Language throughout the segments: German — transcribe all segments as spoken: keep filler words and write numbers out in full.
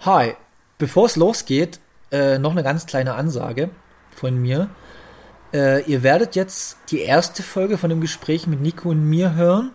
Hi, bevor es losgeht, äh, noch eine ganz kleine Ansage von mir. Äh, ihr werdet jetzt die erste Folge von dem Gespräch mit Nico und mir hören.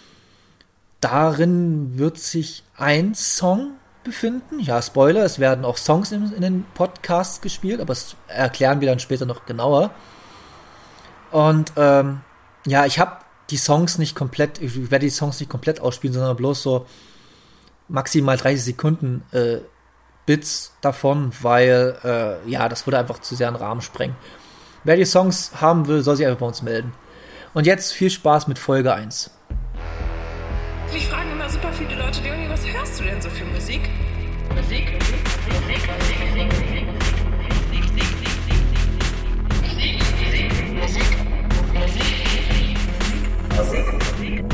Darin wird sich ein Song befinden. Ja, Spoiler, es werden auch Songs in, in den Podcasts gespielt, aber das erklären wir dann später noch genauer. Und ähm, ja, ich habe die Songs nicht komplett, ich werde die Songs nicht komplett ausspielen, sondern bloß so maximal dreißig Sekunden äh, Bits davon, weil äh, ja, das würde einfach zu sehr einen Rahmen sprengen. Wer die Songs haben will, soll sich einfach bei uns melden. Und jetzt viel Spaß mit Folge eins. Ich frage immer super viele Leute, Leonie, was hörst du denn so für Musik? Musik? Musik? Musik? Musik? Musik? Musik? Musik?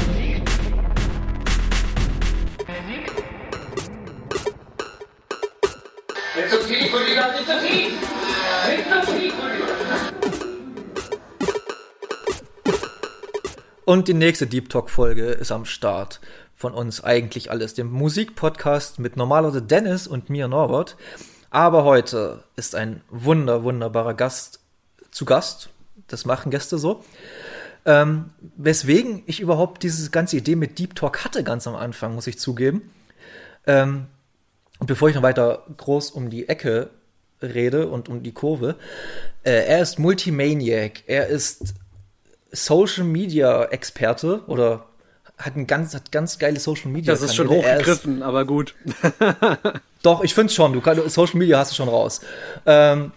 Nicht so viel, Kollege, nicht so viel! Nicht so viel, Kollege! Und die nächste Deep Talk-Folge ist am Start von uns eigentlich alles, dem Musikpodcast mit normalerweise Dennis und mir, Norbert. Aber heute ist ein wunder, wunderbarer Gast zu Gast. Das machen Gäste so. Ähm, weswegen ich überhaupt diese ganze Idee mit Deep Talk hatte ganz am Anfang, muss ich zugeben. Ähm, und bevor ich noch weiter groß um die Ecke rede und um die Kurve, äh, er ist Multimaniac, er ist Social Media Experte oder hat ein ganz, hat ganz geile Social Media. Das ist schon hochgegriffen, ist, aber gut. Doch, ich finde schon. Du kann, Social Media hast du schon raus. Ähm,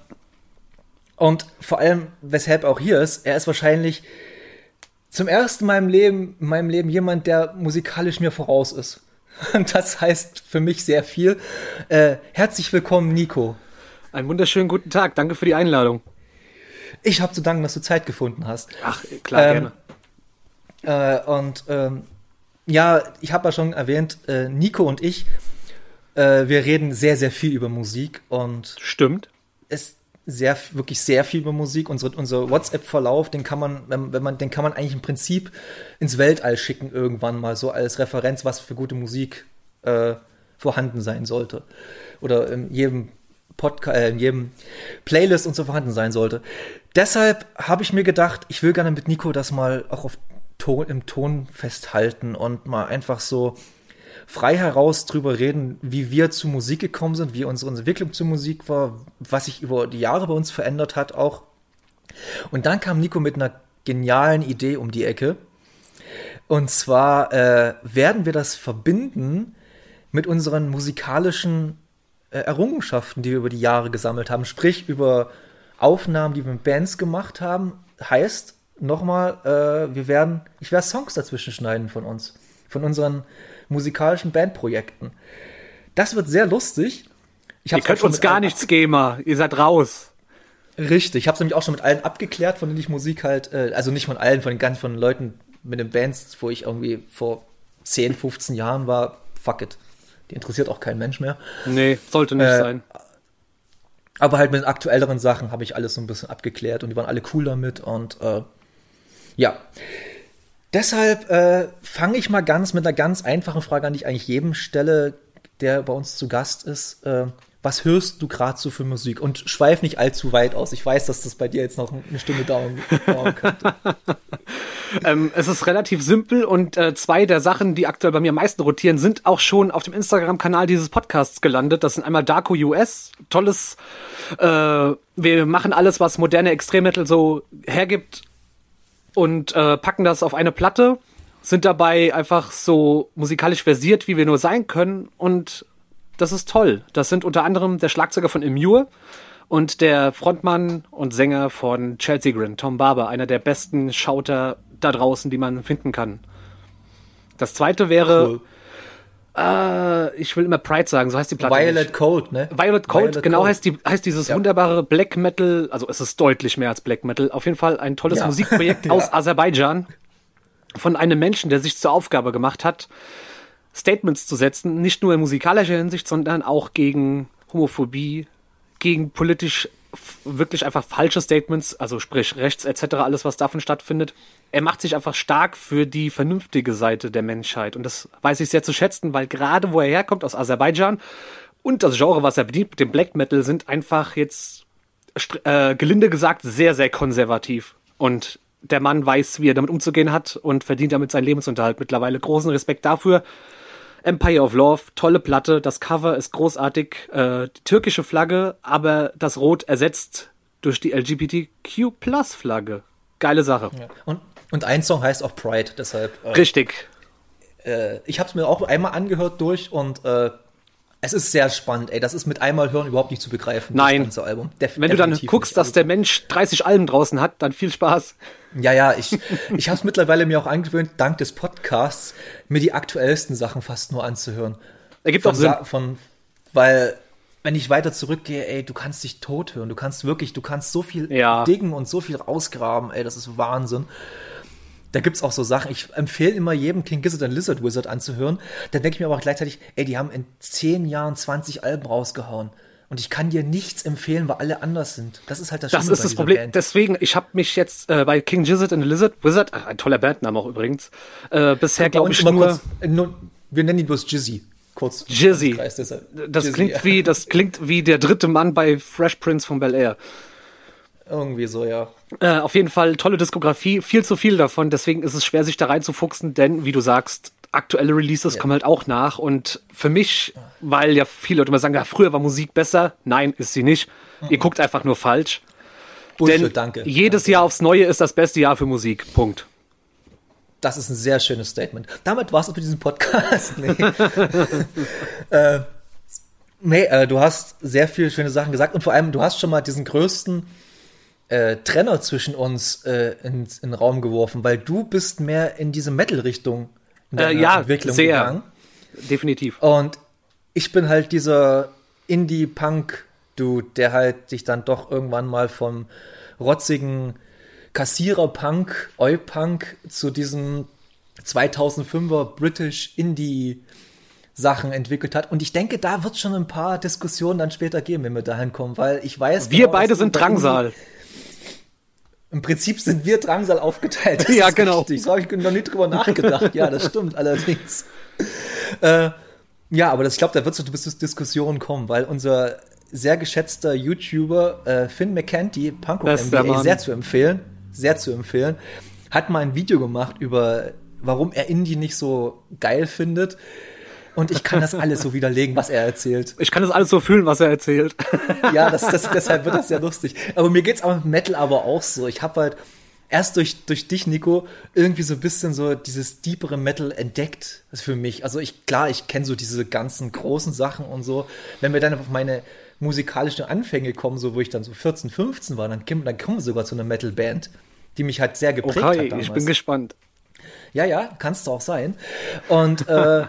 und vor allem, weshalb er auch hier ist, er ist wahrscheinlich zum ersten Mal im Leben, in meinem Leben jemand, der musikalisch mir voraus ist. Und das heißt für mich sehr viel. Äh, herzlich willkommen, Nico. Einen wunderschönen guten Tag. Danke für die Einladung. Ich habe zu danken, dass du Zeit gefunden hast. Ach, klar, ähm, gerne. Äh, und ähm, ja, ich habe ja schon erwähnt, äh, Nico und ich, äh, wir reden sehr, sehr viel über Musik. Und stimmt. Es sehr, wirklich sehr viel über Musik. Unsere, unser WhatsApp-Verlauf, den kann man, wenn, wenn man, den kann man eigentlich im Prinzip ins Weltall schicken irgendwann mal, so als Referenz, was für gute Musik äh, vorhanden sein sollte. Oder in jedem Podcast, äh, in jedem Playlist und so vorhanden sein sollte. Deshalb habe ich mir gedacht, ich will gerne mit Nico das mal auch auf Ton, im Ton festhalten und mal einfach so frei heraus drüber reden, wie wir zu Musik gekommen sind, wie unsere Entwicklung zur Musik war, was sich über die Jahre bei uns verändert hat auch. Und dann kam Nico mit einer genialen Idee um die Ecke. Und zwar äh, werden wir das verbinden mit unseren musikalischen äh, Errungenschaften, die wir über die Jahre gesammelt haben. Sprich, über Aufnahmen, die wir mit Bands gemacht haben. Heißt, nochmal, äh, wir werden, ich werde Songs dazwischen schneiden von uns. Von unseren musikalischen Bandprojekten. Das wird sehr lustig. Ich Ihr könnt uns gar nichts geben, ihr seid raus. Richtig, ich habe es nämlich auch schon mit allen abgeklärt, von denen ich Musik halt, äh, also nicht von allen, von den ganz von den Leuten mit den Bands, wo ich irgendwie vor zehn, fünfzehn Jahren war, fuck it. Die interessiert auch kein Mensch mehr. Nee, sollte nicht äh, sein. Aber halt mit aktuelleren Sachen habe ich alles so ein bisschen abgeklärt und die waren alle cool damit und äh, ja. Deshalb äh, fange ich mal ganz mit einer ganz einfachen Frage an, die ich eigentlich jedem stelle, der bei uns zu Gast ist. Äh, was hörst du gerade so für Musik? Und schweif nicht allzu weit aus. Ich weiß, dass das bei dir jetzt noch eine Stunde dauern, dauern könnte. ähm, es ist relativ simpel und äh, zwei der Sachen, die aktuell bei mir am meisten rotieren, sind auch schon auf dem Instagram-Kanal dieses Podcasts gelandet. Das sind einmal Darko U S, tolles, äh, wir machen alles, was moderne Extremmetal so hergibt, und äh, packen das auf eine Platte, sind dabei einfach so musikalisch versiert, wie wir nur sein können, und das ist toll. Das sind unter anderem der Schlagzeuger von Immure und der Frontmann und Sänger von Chelsea Grin, Tom Barber, einer der besten Shouter da draußen, die man finden kann. Das zweite wäre, cool. äh, ich will immer Pride sagen, so heißt die Platte. Violet nicht. Cold, ne? Violet Cold, Violet genau Cold. Heißt, die, heißt dieses ja. wunderbare Black Metal, also es ist deutlich mehr als Black Metal, auf jeden Fall ein tolles ja. Musikprojekt aus ja. Aserbaidschan von einem Menschen, der sich zur Aufgabe gemacht hat, Statements zu setzen, nicht nur in musikalischer Hinsicht, sondern auch gegen Homophobie, gegen politisch f- wirklich einfach falsche Statements, also sprich rechts et cetera, alles, was davon stattfindet. Er macht sich einfach stark für die vernünftige Seite der Menschheit und das weiß ich sehr zu schätzen, weil gerade wo er herkommt, aus Aserbaidschan, und das Genre, was er bedient mit dem Black Metal, sind einfach jetzt, äh, gelinde gesagt, sehr, sehr konservativ. Und der Mann weiß, wie er damit umzugehen hat und verdient damit seinen Lebensunterhalt mittlerweile. Großen Respekt dafür. Empire of Love, tolle Platte, das Cover ist großartig, äh, die türkische Flagge, aber das Rot ersetzt durch die L G B T Q Plus Flagge. Geile Sache. Ja. Und, und ein Song heißt auch Pride, deshalb. Äh, Richtig. Äh, ich habe es mir auch einmal angehört durch und äh, es ist sehr spannend, ey. Das ist mit einmal hören überhaupt nicht zu begreifen. Nein. Das ganze Album. Def- Wenn du dann guckst, nicht. dass der Mensch dreißig Alben draußen hat, dann viel Spaß. Ja, ja, ich, ich habe es mittlerweile mir auch angewöhnt, dank des Podcasts, mir die aktuellsten Sachen fast nur anzuhören. Ergibt von, auch Sinn. Sa- von, weil, wenn ich weiter zurückgehe, ey, du kannst dich tot hören. Du kannst wirklich, du kannst so viel Ja. diggen und so viel rausgraben, ey, das ist Wahnsinn. Da gibt's auch so Sachen, ich empfehle immer jedem King Gizzard and Lizard Wizard anzuhören. Dann denke ich mir aber auch gleichzeitig, ey, die haben in zehn Jahren zwanzig Alben rausgehauen. Und ich kann dir nichts empfehlen, weil alle anders sind. Das ist halt das Das Schlimme ist bei das dieser Problem. Band. Deswegen, ich habe mich jetzt äh, bei King Gizzard and the Lizard Wizard, ach, ein toller Bandname auch übrigens, äh, bisher Bei glaube uns ich immer nur kurz, äh, nur, wir nennen ihn bloß Jizzy. Kurz. Jizzy. Kreis, deshalb. Das Jizzy, klingt ja. wie, das klingt wie der dritte Mann bei Fresh Prince von Bel-Air. Irgendwie so, ja. Äh, auf jeden Fall tolle Diskografie, viel zu viel davon, deswegen ist es schwer, sich da reinzufuchsen, denn, wie du sagst, aktuelle Releases Ja. kommen halt auch nach und für mich, weil ja viele Leute immer sagen, ja, früher war Musik besser, nein, ist sie nicht. Ihr guckt einfach nur falsch. Bullshit, denn danke. jedes danke. Jahr aufs Neue ist das beste Jahr für Musik. Punkt. Das ist ein sehr schönes Statement. Damit war es mit diesem Podcast. Nee, äh, nee äh, du hast sehr viele schöne Sachen gesagt und vor allem, du hast schon mal diesen größten äh, Trenner zwischen uns äh, in, in den Raum geworfen, weil du bist mehr in diese Metal-Richtung in deiner Äh, ja, Entwicklung sehr. gegangen. Definitiv. Und ich bin halt dieser Indie-Punk-Dude, der halt sich dann doch irgendwann mal vom rotzigen Kassierer-Punk, Oi-Punk zu diesem zweitausendfünfer British Indie-Sachen entwickelt hat. Und ich denke, da wird schon ein paar Diskussionen dann später geben, wenn wir dahin kommen, weil ich weiß... Wir genau, beide dass sind bei Drangsal. Indie- Im Prinzip sind wir Drangsal aufgeteilt. Das Ja, ist genau. Richtig. So habe ich noch nie drüber nachgedacht. Ja, das stimmt allerdings. Äh, ja, aber das, ich glaube, da wird es bis zur Diskussion kommen, weil unser sehr geschätzter YouTuber äh, Finn McCanty, Punkrock Das ist der M B A, Mann. sehr zu empfehlen, sehr zu empfehlen, hat mal ein Video gemacht über, warum er Indie nicht so geil findet. Und ich kann das alles so widerlegen, was er erzählt. Ich kann das alles so fühlen, was er erzählt. Ja, das, das, deshalb wird das ja lustig. Aber mir geht's auch mit Metal aber auch so. Ich habe halt erst durch, durch dich, Nico, irgendwie so ein bisschen so dieses deepere Metal entdeckt. Das ist für mich. Also ich, klar, ich kenne so diese ganzen großen Sachen und so. Wenn wir dann auf meine musikalischen Anfänge kommen, so wo ich dann so vierzehn, fünfzehn war, dann, dann kommen wir sogar zu einer Metal-Band, die mich halt sehr geprägt Okay, hat damals. ich bin gespannt. Ja, ja, kannst du auch sein. Und äh,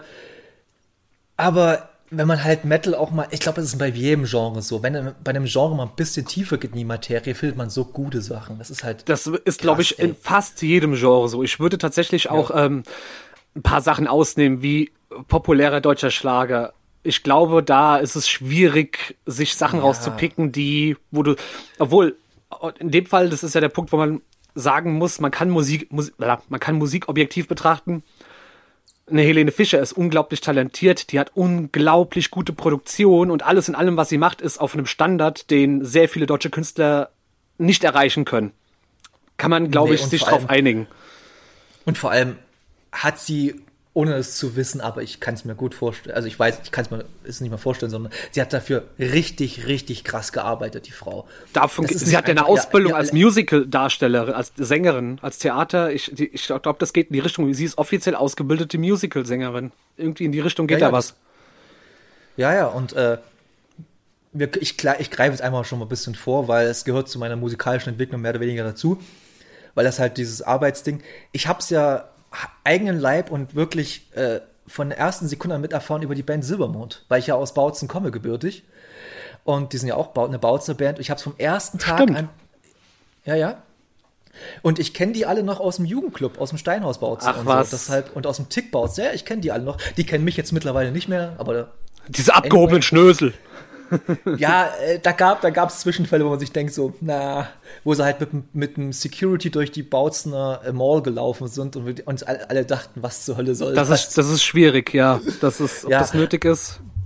aber wenn man halt Metal auch mal, ich glaube, das ist bei jedem Genre so, wenn bei einem Genre mal ein bisschen tiefer geht in die Materie, findet man so gute Sachen. Das ist halt Das ist, glaube ich, ey. in fast jedem Genre so. Ich würde tatsächlich auch ähm, ein paar Sachen ausnehmen, wie populärer deutscher Schlager. Ich glaube, da ist es schwierig, sich Sachen Ja. rauszupicken, die, wo du, obwohl, in dem Fall, das ist ja der Punkt, wo man sagen muss, man kann Musik, Musik man kann Musik objektiv betrachten. Eine Helene Fischer ist unglaublich talentiert, die hat unglaublich gute Produktion und alles in allem, was sie macht, ist auf einem Standard, den sehr viele deutsche Künstler nicht erreichen können. Kann man, glaube Nee, ich, und sich vor drauf allem- einigen. und vor allem hat sie, ohne es zu wissen, aber ich kann es mir gut vorstellen, also ich weiß, ich kann es mir ist nicht mal vorstellen, sondern sie hat dafür richtig, richtig krass gearbeitet, die Frau. Davon, Das ist sie nicht hat ja eine einfach- ja, Ausbildung ja, als ja. Musical-Darstellerin, als Sängerin, als Theater. Ich, die, ich glaube, das geht in die Richtung. Sie ist offiziell ausgebildete Musical-Sängerin. Irgendwie in die Richtung geht Ja, ja, da was. das- Ja, ja, und äh, wir, ich, klar, ich greife jetzt einmal schon mal ein bisschen vor, weil es gehört zu meiner musikalischen Entwicklung mehr oder weniger dazu, weil das halt dieses Arbeitsding, ich hab's ja eigenen Leib und wirklich äh, von der ersten Sekunde an miterfahren über die Band Silbermond, weil ich ja aus Bautzen komme, gebürtig. Und die sind ja auch Bau- eine Bautzer Band. Ich hab's vom ersten Tag Stimmt. an. Ja, ja. Und ich kenne die alle noch aus dem Jugendclub, aus dem Steinhaus Bautzen Ach und was. so. Deshalb, und aus dem Tick Bautzen. Ja, ich kenne die alle noch. Die kennen mich jetzt mittlerweile nicht mehr, aber Diese abgehobenen Schnösel. ja, äh, da gab da gab's Zwischenfälle, wo man sich denkt so, na, wo sie halt mit, dem- mit dem Security durch die Bautzener äh, Mall gelaufen sind und wir uns alle, alle dachten, was zur Hölle soll Das ist, das ist schwierig, ja. Das ist, ob Ja. das nötig ist.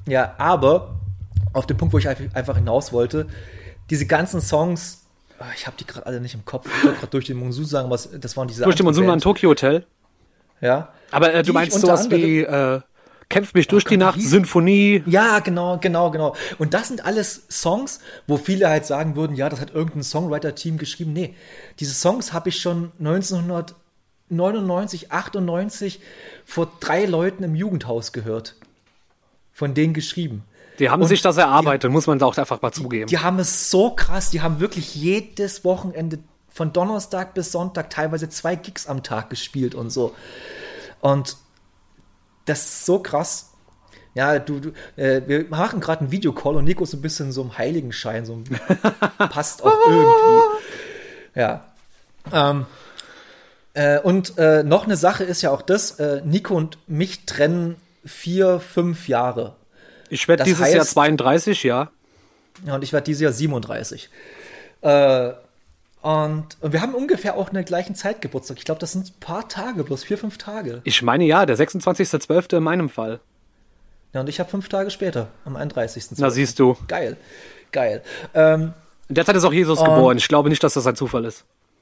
Ja, aber auf den Punkt, wo ich einfach hinaus wollte, diese ganzen Songs, ich habe die gerade alle nicht im Kopf, ich wollte gerade durch den Monsun sagen, aber das waren diese Durch den Monsun war ein Tokyo Hotel. Ja. Aber äh, du meinst sowas wie äh, Kämpf mich durch oh, die Gott, Nacht, Sinfonie. Ja, genau, genau, genau. Und das sind alles Songs, wo viele halt sagen würden, ja, das hat irgendein Songwriter-Team geschrieben. Nee, diese Songs habe ich schon neunzehnhundertneunundneunzig, achtundneunzig vor drei Leuten im Jugendhaus gehört. Von denen geschrieben. Die haben und sich das erarbeitet, die, muss man auch einfach mal zugeben. Die, die haben es so krass, die haben wirklich jedes Wochenende von Donnerstag bis Sonntag teilweise zwei Gigs am Tag gespielt und so. Und das ist so krass. Ja, du, du äh, wir machen gerade einen Videocall und Nico ist ein bisschen so im Heiligenschein, so passt auch irgendwie. Ja. Ähm, äh, und äh, noch eine Sache ist ja auch das, äh, Nico und mich trennen vier, fünf Jahre. Ich werde dieses heißt, Jahr zweiunddreißig, ja. Ja, und ich werde dieses Jahr siebenunddreißig. Äh, Und wir haben ungefähr auch eine gleichen Zeit Geburtstag. Ich glaube, das sind ein paar Tage, bloß vier, fünf Tage. Ich meine ja, der sechsundzwanzigster zwölfte in meinem Fall. Ja, und ich habe fünf Tage später, am einunddreißigsten Na, siehst du. Geil, geil. Ähm, in der Zeit ist auch Jesus um, geboren. Ich glaube nicht, dass das ein Zufall ist.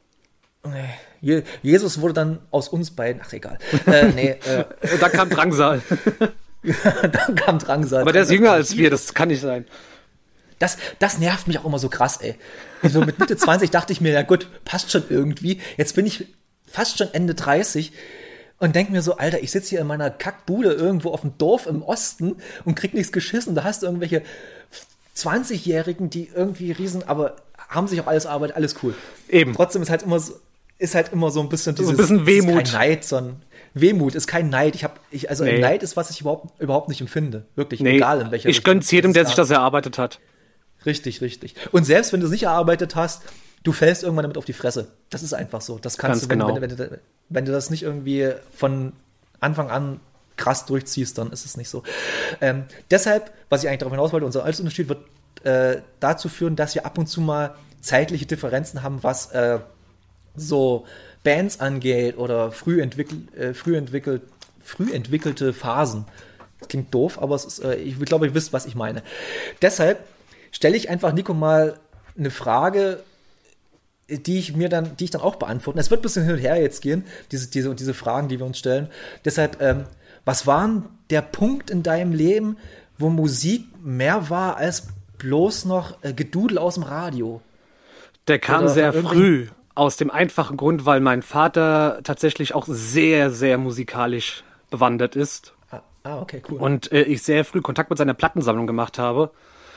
Je- Jesus wurde dann aus uns beiden, ach egal. Äh, nee, äh, da kam Drangsal. Dann kam Drangsal. Aber der ist jünger als wir, das kann nicht sein. Das, das nervt mich auch immer so krass, ey. So mit Mitte zwanzig dachte ich mir, ja gut, passt schon irgendwie. Jetzt bin ich fast schon Ende dreißig und denke mir so, Alter, ich sitze hier in meiner Kackbude irgendwo auf dem Dorf im Osten und krieg nichts geschissen. Da hast du irgendwelche zwanzigjährigen, die irgendwie riesen, aber haben sich auch alles erarbeitet, alles cool. Eben. Trotzdem ist halt immer so, ist halt immer so ein bisschen dieses, so ein bisschen Wehmut. Ist kein Neid, sondern Wehmut ist kein Neid. Ich hab, ich, also nee. Neid ist, was ich überhaupt, überhaupt nicht empfinde. Wirklich, nee, egal in welcher Ich gönn's jedem, der sich da das erarbeitet hat. Richtig, richtig. Und selbst wenn du es nicht erarbeitet hast, du fällst irgendwann damit auf die Fresse. Das ist einfach so. Das kannst Ganz du, wenn, genau. wenn, wenn, wenn, wenn du das nicht irgendwie von Anfang an krass durchziehst, dann ist es nicht so. Ähm, deshalb, was ich eigentlich darauf hinaus wollte, unser Altersunterschied wird äh, dazu führen, dass wir ab und zu mal zeitliche Differenzen haben, was äh, so Bands angeht oder früh, entwickelt, äh, früh, entwickelt, früh entwickelte Phasen. Das klingt doof, aber es ist, äh, ich glaube, ihr wisst, was ich meine. Deshalb stelle ich einfach Nico mal eine Frage, die ich mir dann, die ich dann auch beantworten. Es wird ein bisschen hin und her jetzt gehen, diese, diese, diese Fragen, die wir uns stellen. Deshalb, ähm, was war denn der Punkt in deinem Leben, wo Musik mehr war als bloß noch äh, Gedudel aus dem Radio? Der kam Oder sehr von früh, aus dem einfachen Grund, weil mein Vater tatsächlich auch sehr, sehr musikalisch bewandert ist. Ah, ah okay, cool. Und äh, ich sehr früh Kontakt mit seiner Plattensammlung gemacht habe.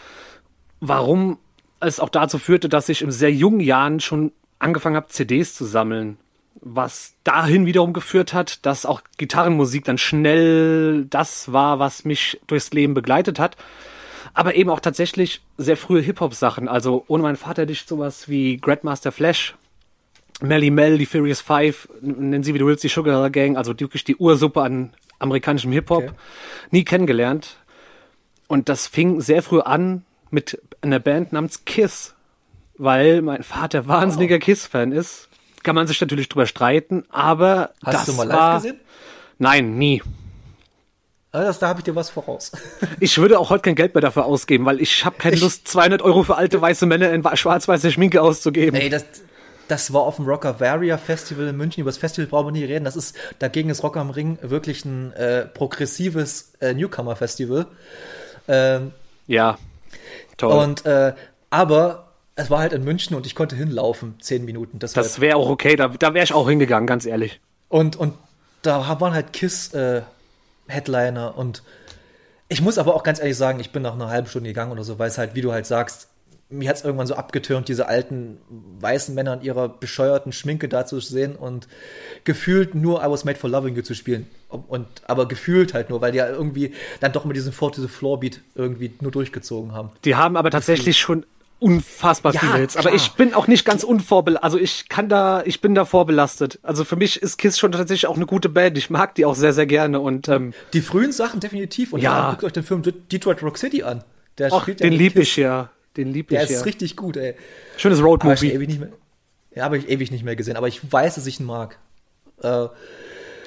Warum es auch dazu führte, dass ich in sehr jungen Jahren schon angefangen habe, C Ds zu sammeln. Was dahin wiederum geführt hat, dass auch Gitarrenmusik dann schnell das war, was mich durchs Leben begleitet hat. Aber eben auch tatsächlich sehr frühe Hip-Hop-Sachen. Also ohne meinen Vater hätte ich sowas wie Grandmaster Flash, Melly Mel, die Furious Five, nennen sie wie du willst, die Sugar Gang, also wirklich die Ursuppe an amerikanischem Hip-Hop, Okay. nie kennengelernt. Und das fing sehr früh an mit einer Band namens Kiss, weil mein Vater wahnsinniger oh. Kiss-Fan ist. Kann man sich natürlich drüber streiten, aber Hast das du mal live war... gesehen? Nein, nie. Ah, das, da habe ich dir was voraus. Ich würde auch heute kein Geld mehr dafür ausgeben, weil ich habe keine Ich- Lust, zweihundert Euro für alte weiße Männer in schwarz-weiße Schminke auszugeben. Ey, das, das war auf dem Rockavaria Festival in München. Über das Festival brauchen wir nie reden. Das ist, dagegen ist Rock am Ring wirklich ein äh, progressives äh, Newcomer-Festival. Ähm, Ja, toll. und, äh, aber es war halt in München und ich konnte hinlaufen, zehn Minuten. Deshalb. das wäre auch okay, da, da wäre ich auch hingegangen, ganz ehrlich. Und, und da waren halt Kiss-Headliner und ich muss aber auch ganz ehrlich sagen, ich bin nach einer halben Stunde gegangen oder so, weil es halt, wie du halt sagst, mir hat es irgendwann so abgetürnt, diese alten weißen Männer in ihrer bescheuerten Schminke da zu sehen und gefühlt nur I Was Made for Loving You zu spielen. Und, aber gefühlt halt nur, weil die ja irgendwie dann doch mit diesem Four to the Floor Beat irgendwie nur durchgezogen haben. Die haben aber tatsächlich schon unfassbar Ja, viele Hits. Aber klar. ich bin auch nicht ganz unvorbelastet. Also ich kann da, ich bin da vorbelastet. Also für mich ist Kiss schon tatsächlich auch eine gute Band. Ich mag die auch sehr, sehr gerne. Und ähm, Die frühen Sachen definitiv. Und Ja. vor allem guckt euch den Film Detroit Rock City an. Der auch spielt ja den mit lieb Kiss. ich ja. Den lieb Der ich ist ja. richtig gut, ey. Schönes Aber ich Roadmovie. ewig nicht mehr. Ja, habe ich ewig nicht mehr gesehen. Aber ich weiß, dass ich ihn mag. Äh,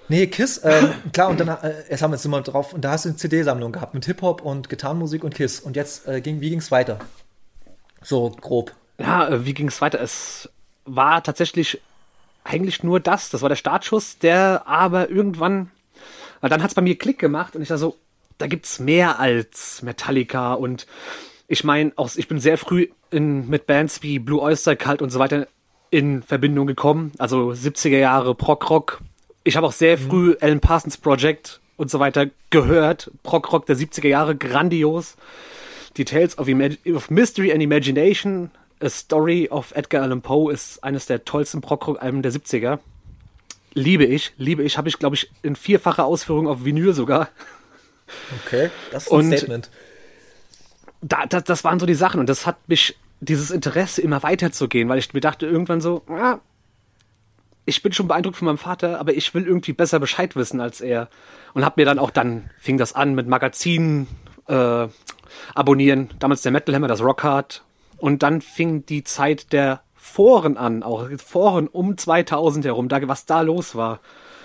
Nee, Kiss, ähm, klar, und dann, äh, jetzt haben wir jetzt immer drauf, und da hast du eine C D-Sammlung gehabt mit Hip-Hop und Gitarrenmusik und Kiss. Und jetzt, äh, ging, wie ging's weiter? So grob. Ja, äh, wie ging es weiter? Es war tatsächlich eigentlich nur das. Das war der Startschuss, der aber irgendwann, weil dann hat es bei mir Klick gemacht und ich da so, da gibt's mehr als Metallica und ich meine, auch ich bin sehr früh in, mit Bands wie Blue Oyster Cult und so weiter in Verbindung gekommen. Also siebziger Jahre Prog-Rock. Ich habe auch sehr mhm. früh Alan Parsons Project und so weiter gehört. Prog-Rock der siebziger Jahre, grandios. Die Tales of, Imag- of Mystery and Imagination, A Story of Edgar Allan Poe ist eines der tollsten Prog-Rock-Alben der siebziger. Liebe ich, liebe ich. Habe ich, glaube ich, in vierfacher Ausführung auf Vinyl sogar. Okay, das ist ein und Statement. Da, da, das waren so die Sachen und das hat mich, dieses Interesse immer weiterzugehen, weil ich mir dachte irgendwann so, ah, ich bin schon beeindruckt von meinem Vater, aber ich will irgendwie besser Bescheid wissen als er. Und hab mir dann auch, dann fing das an mit Magazinen äh, abonnieren, damals der Metal Hammer, das Rockhard. Und dann fing die Zeit der Foren an, auch Foren um zweitausend herum, da, was da los war.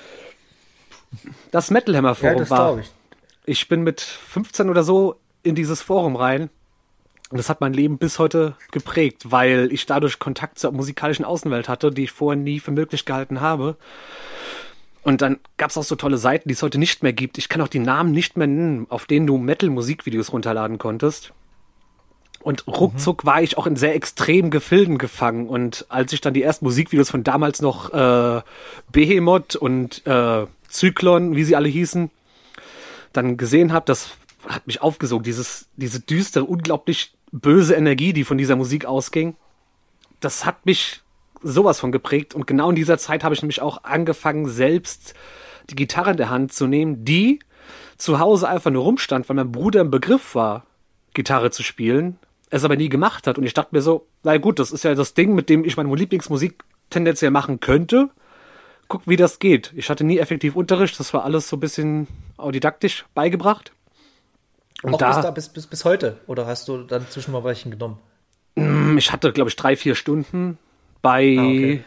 Das Metal Hammer Forum ja, das war, ich. ich bin mit fünfzehn oder so in dieses Forum rein. Und das hat mein Leben bis heute geprägt, weil ich dadurch Kontakt zur musikalischen Außenwelt hatte, die ich vorher nie für möglich gehalten habe. Und dann gab es auch so tolle Seiten, die es heute nicht mehr gibt. Ich kann auch die Namen nicht mehr nennen, auf denen du Metal-Musikvideos runterladen konntest. Und ruckzuck mhm. war ich auch in sehr extremen Gefilden gefangen. Und als ich dann die ersten Musikvideos von damals noch äh, Behemoth und äh, Zyklon, wie sie alle hießen, dann gesehen habe, das hat mich aufgesogen. Dieses, diese düstere, unglaublich böse Energie, die von dieser Musik ausging, das hat mich sowas von geprägt. Und genau in dieser Zeit habe ich nämlich auch angefangen, selbst die Gitarre in der Hand zu nehmen, die zu Hause einfach nur rumstand, weil mein Bruder im Begriff war, Gitarre zu spielen, es aber nie gemacht hat. Und ich dachte mir so, na gut, das ist ja das Ding, mit dem ich meine Lieblingsmusik tendenziell machen könnte. Guck, wie das geht. Ich hatte nie effektiv Unterricht, das war alles so ein bisschen autodidaktisch beigebracht. Und auch da, bis, da, bis, bis, bis heute? Oder hast du dann zwischen mal welchen genommen? Ich hatte, glaube ich, drei, vier Stunden bei, ah, okay.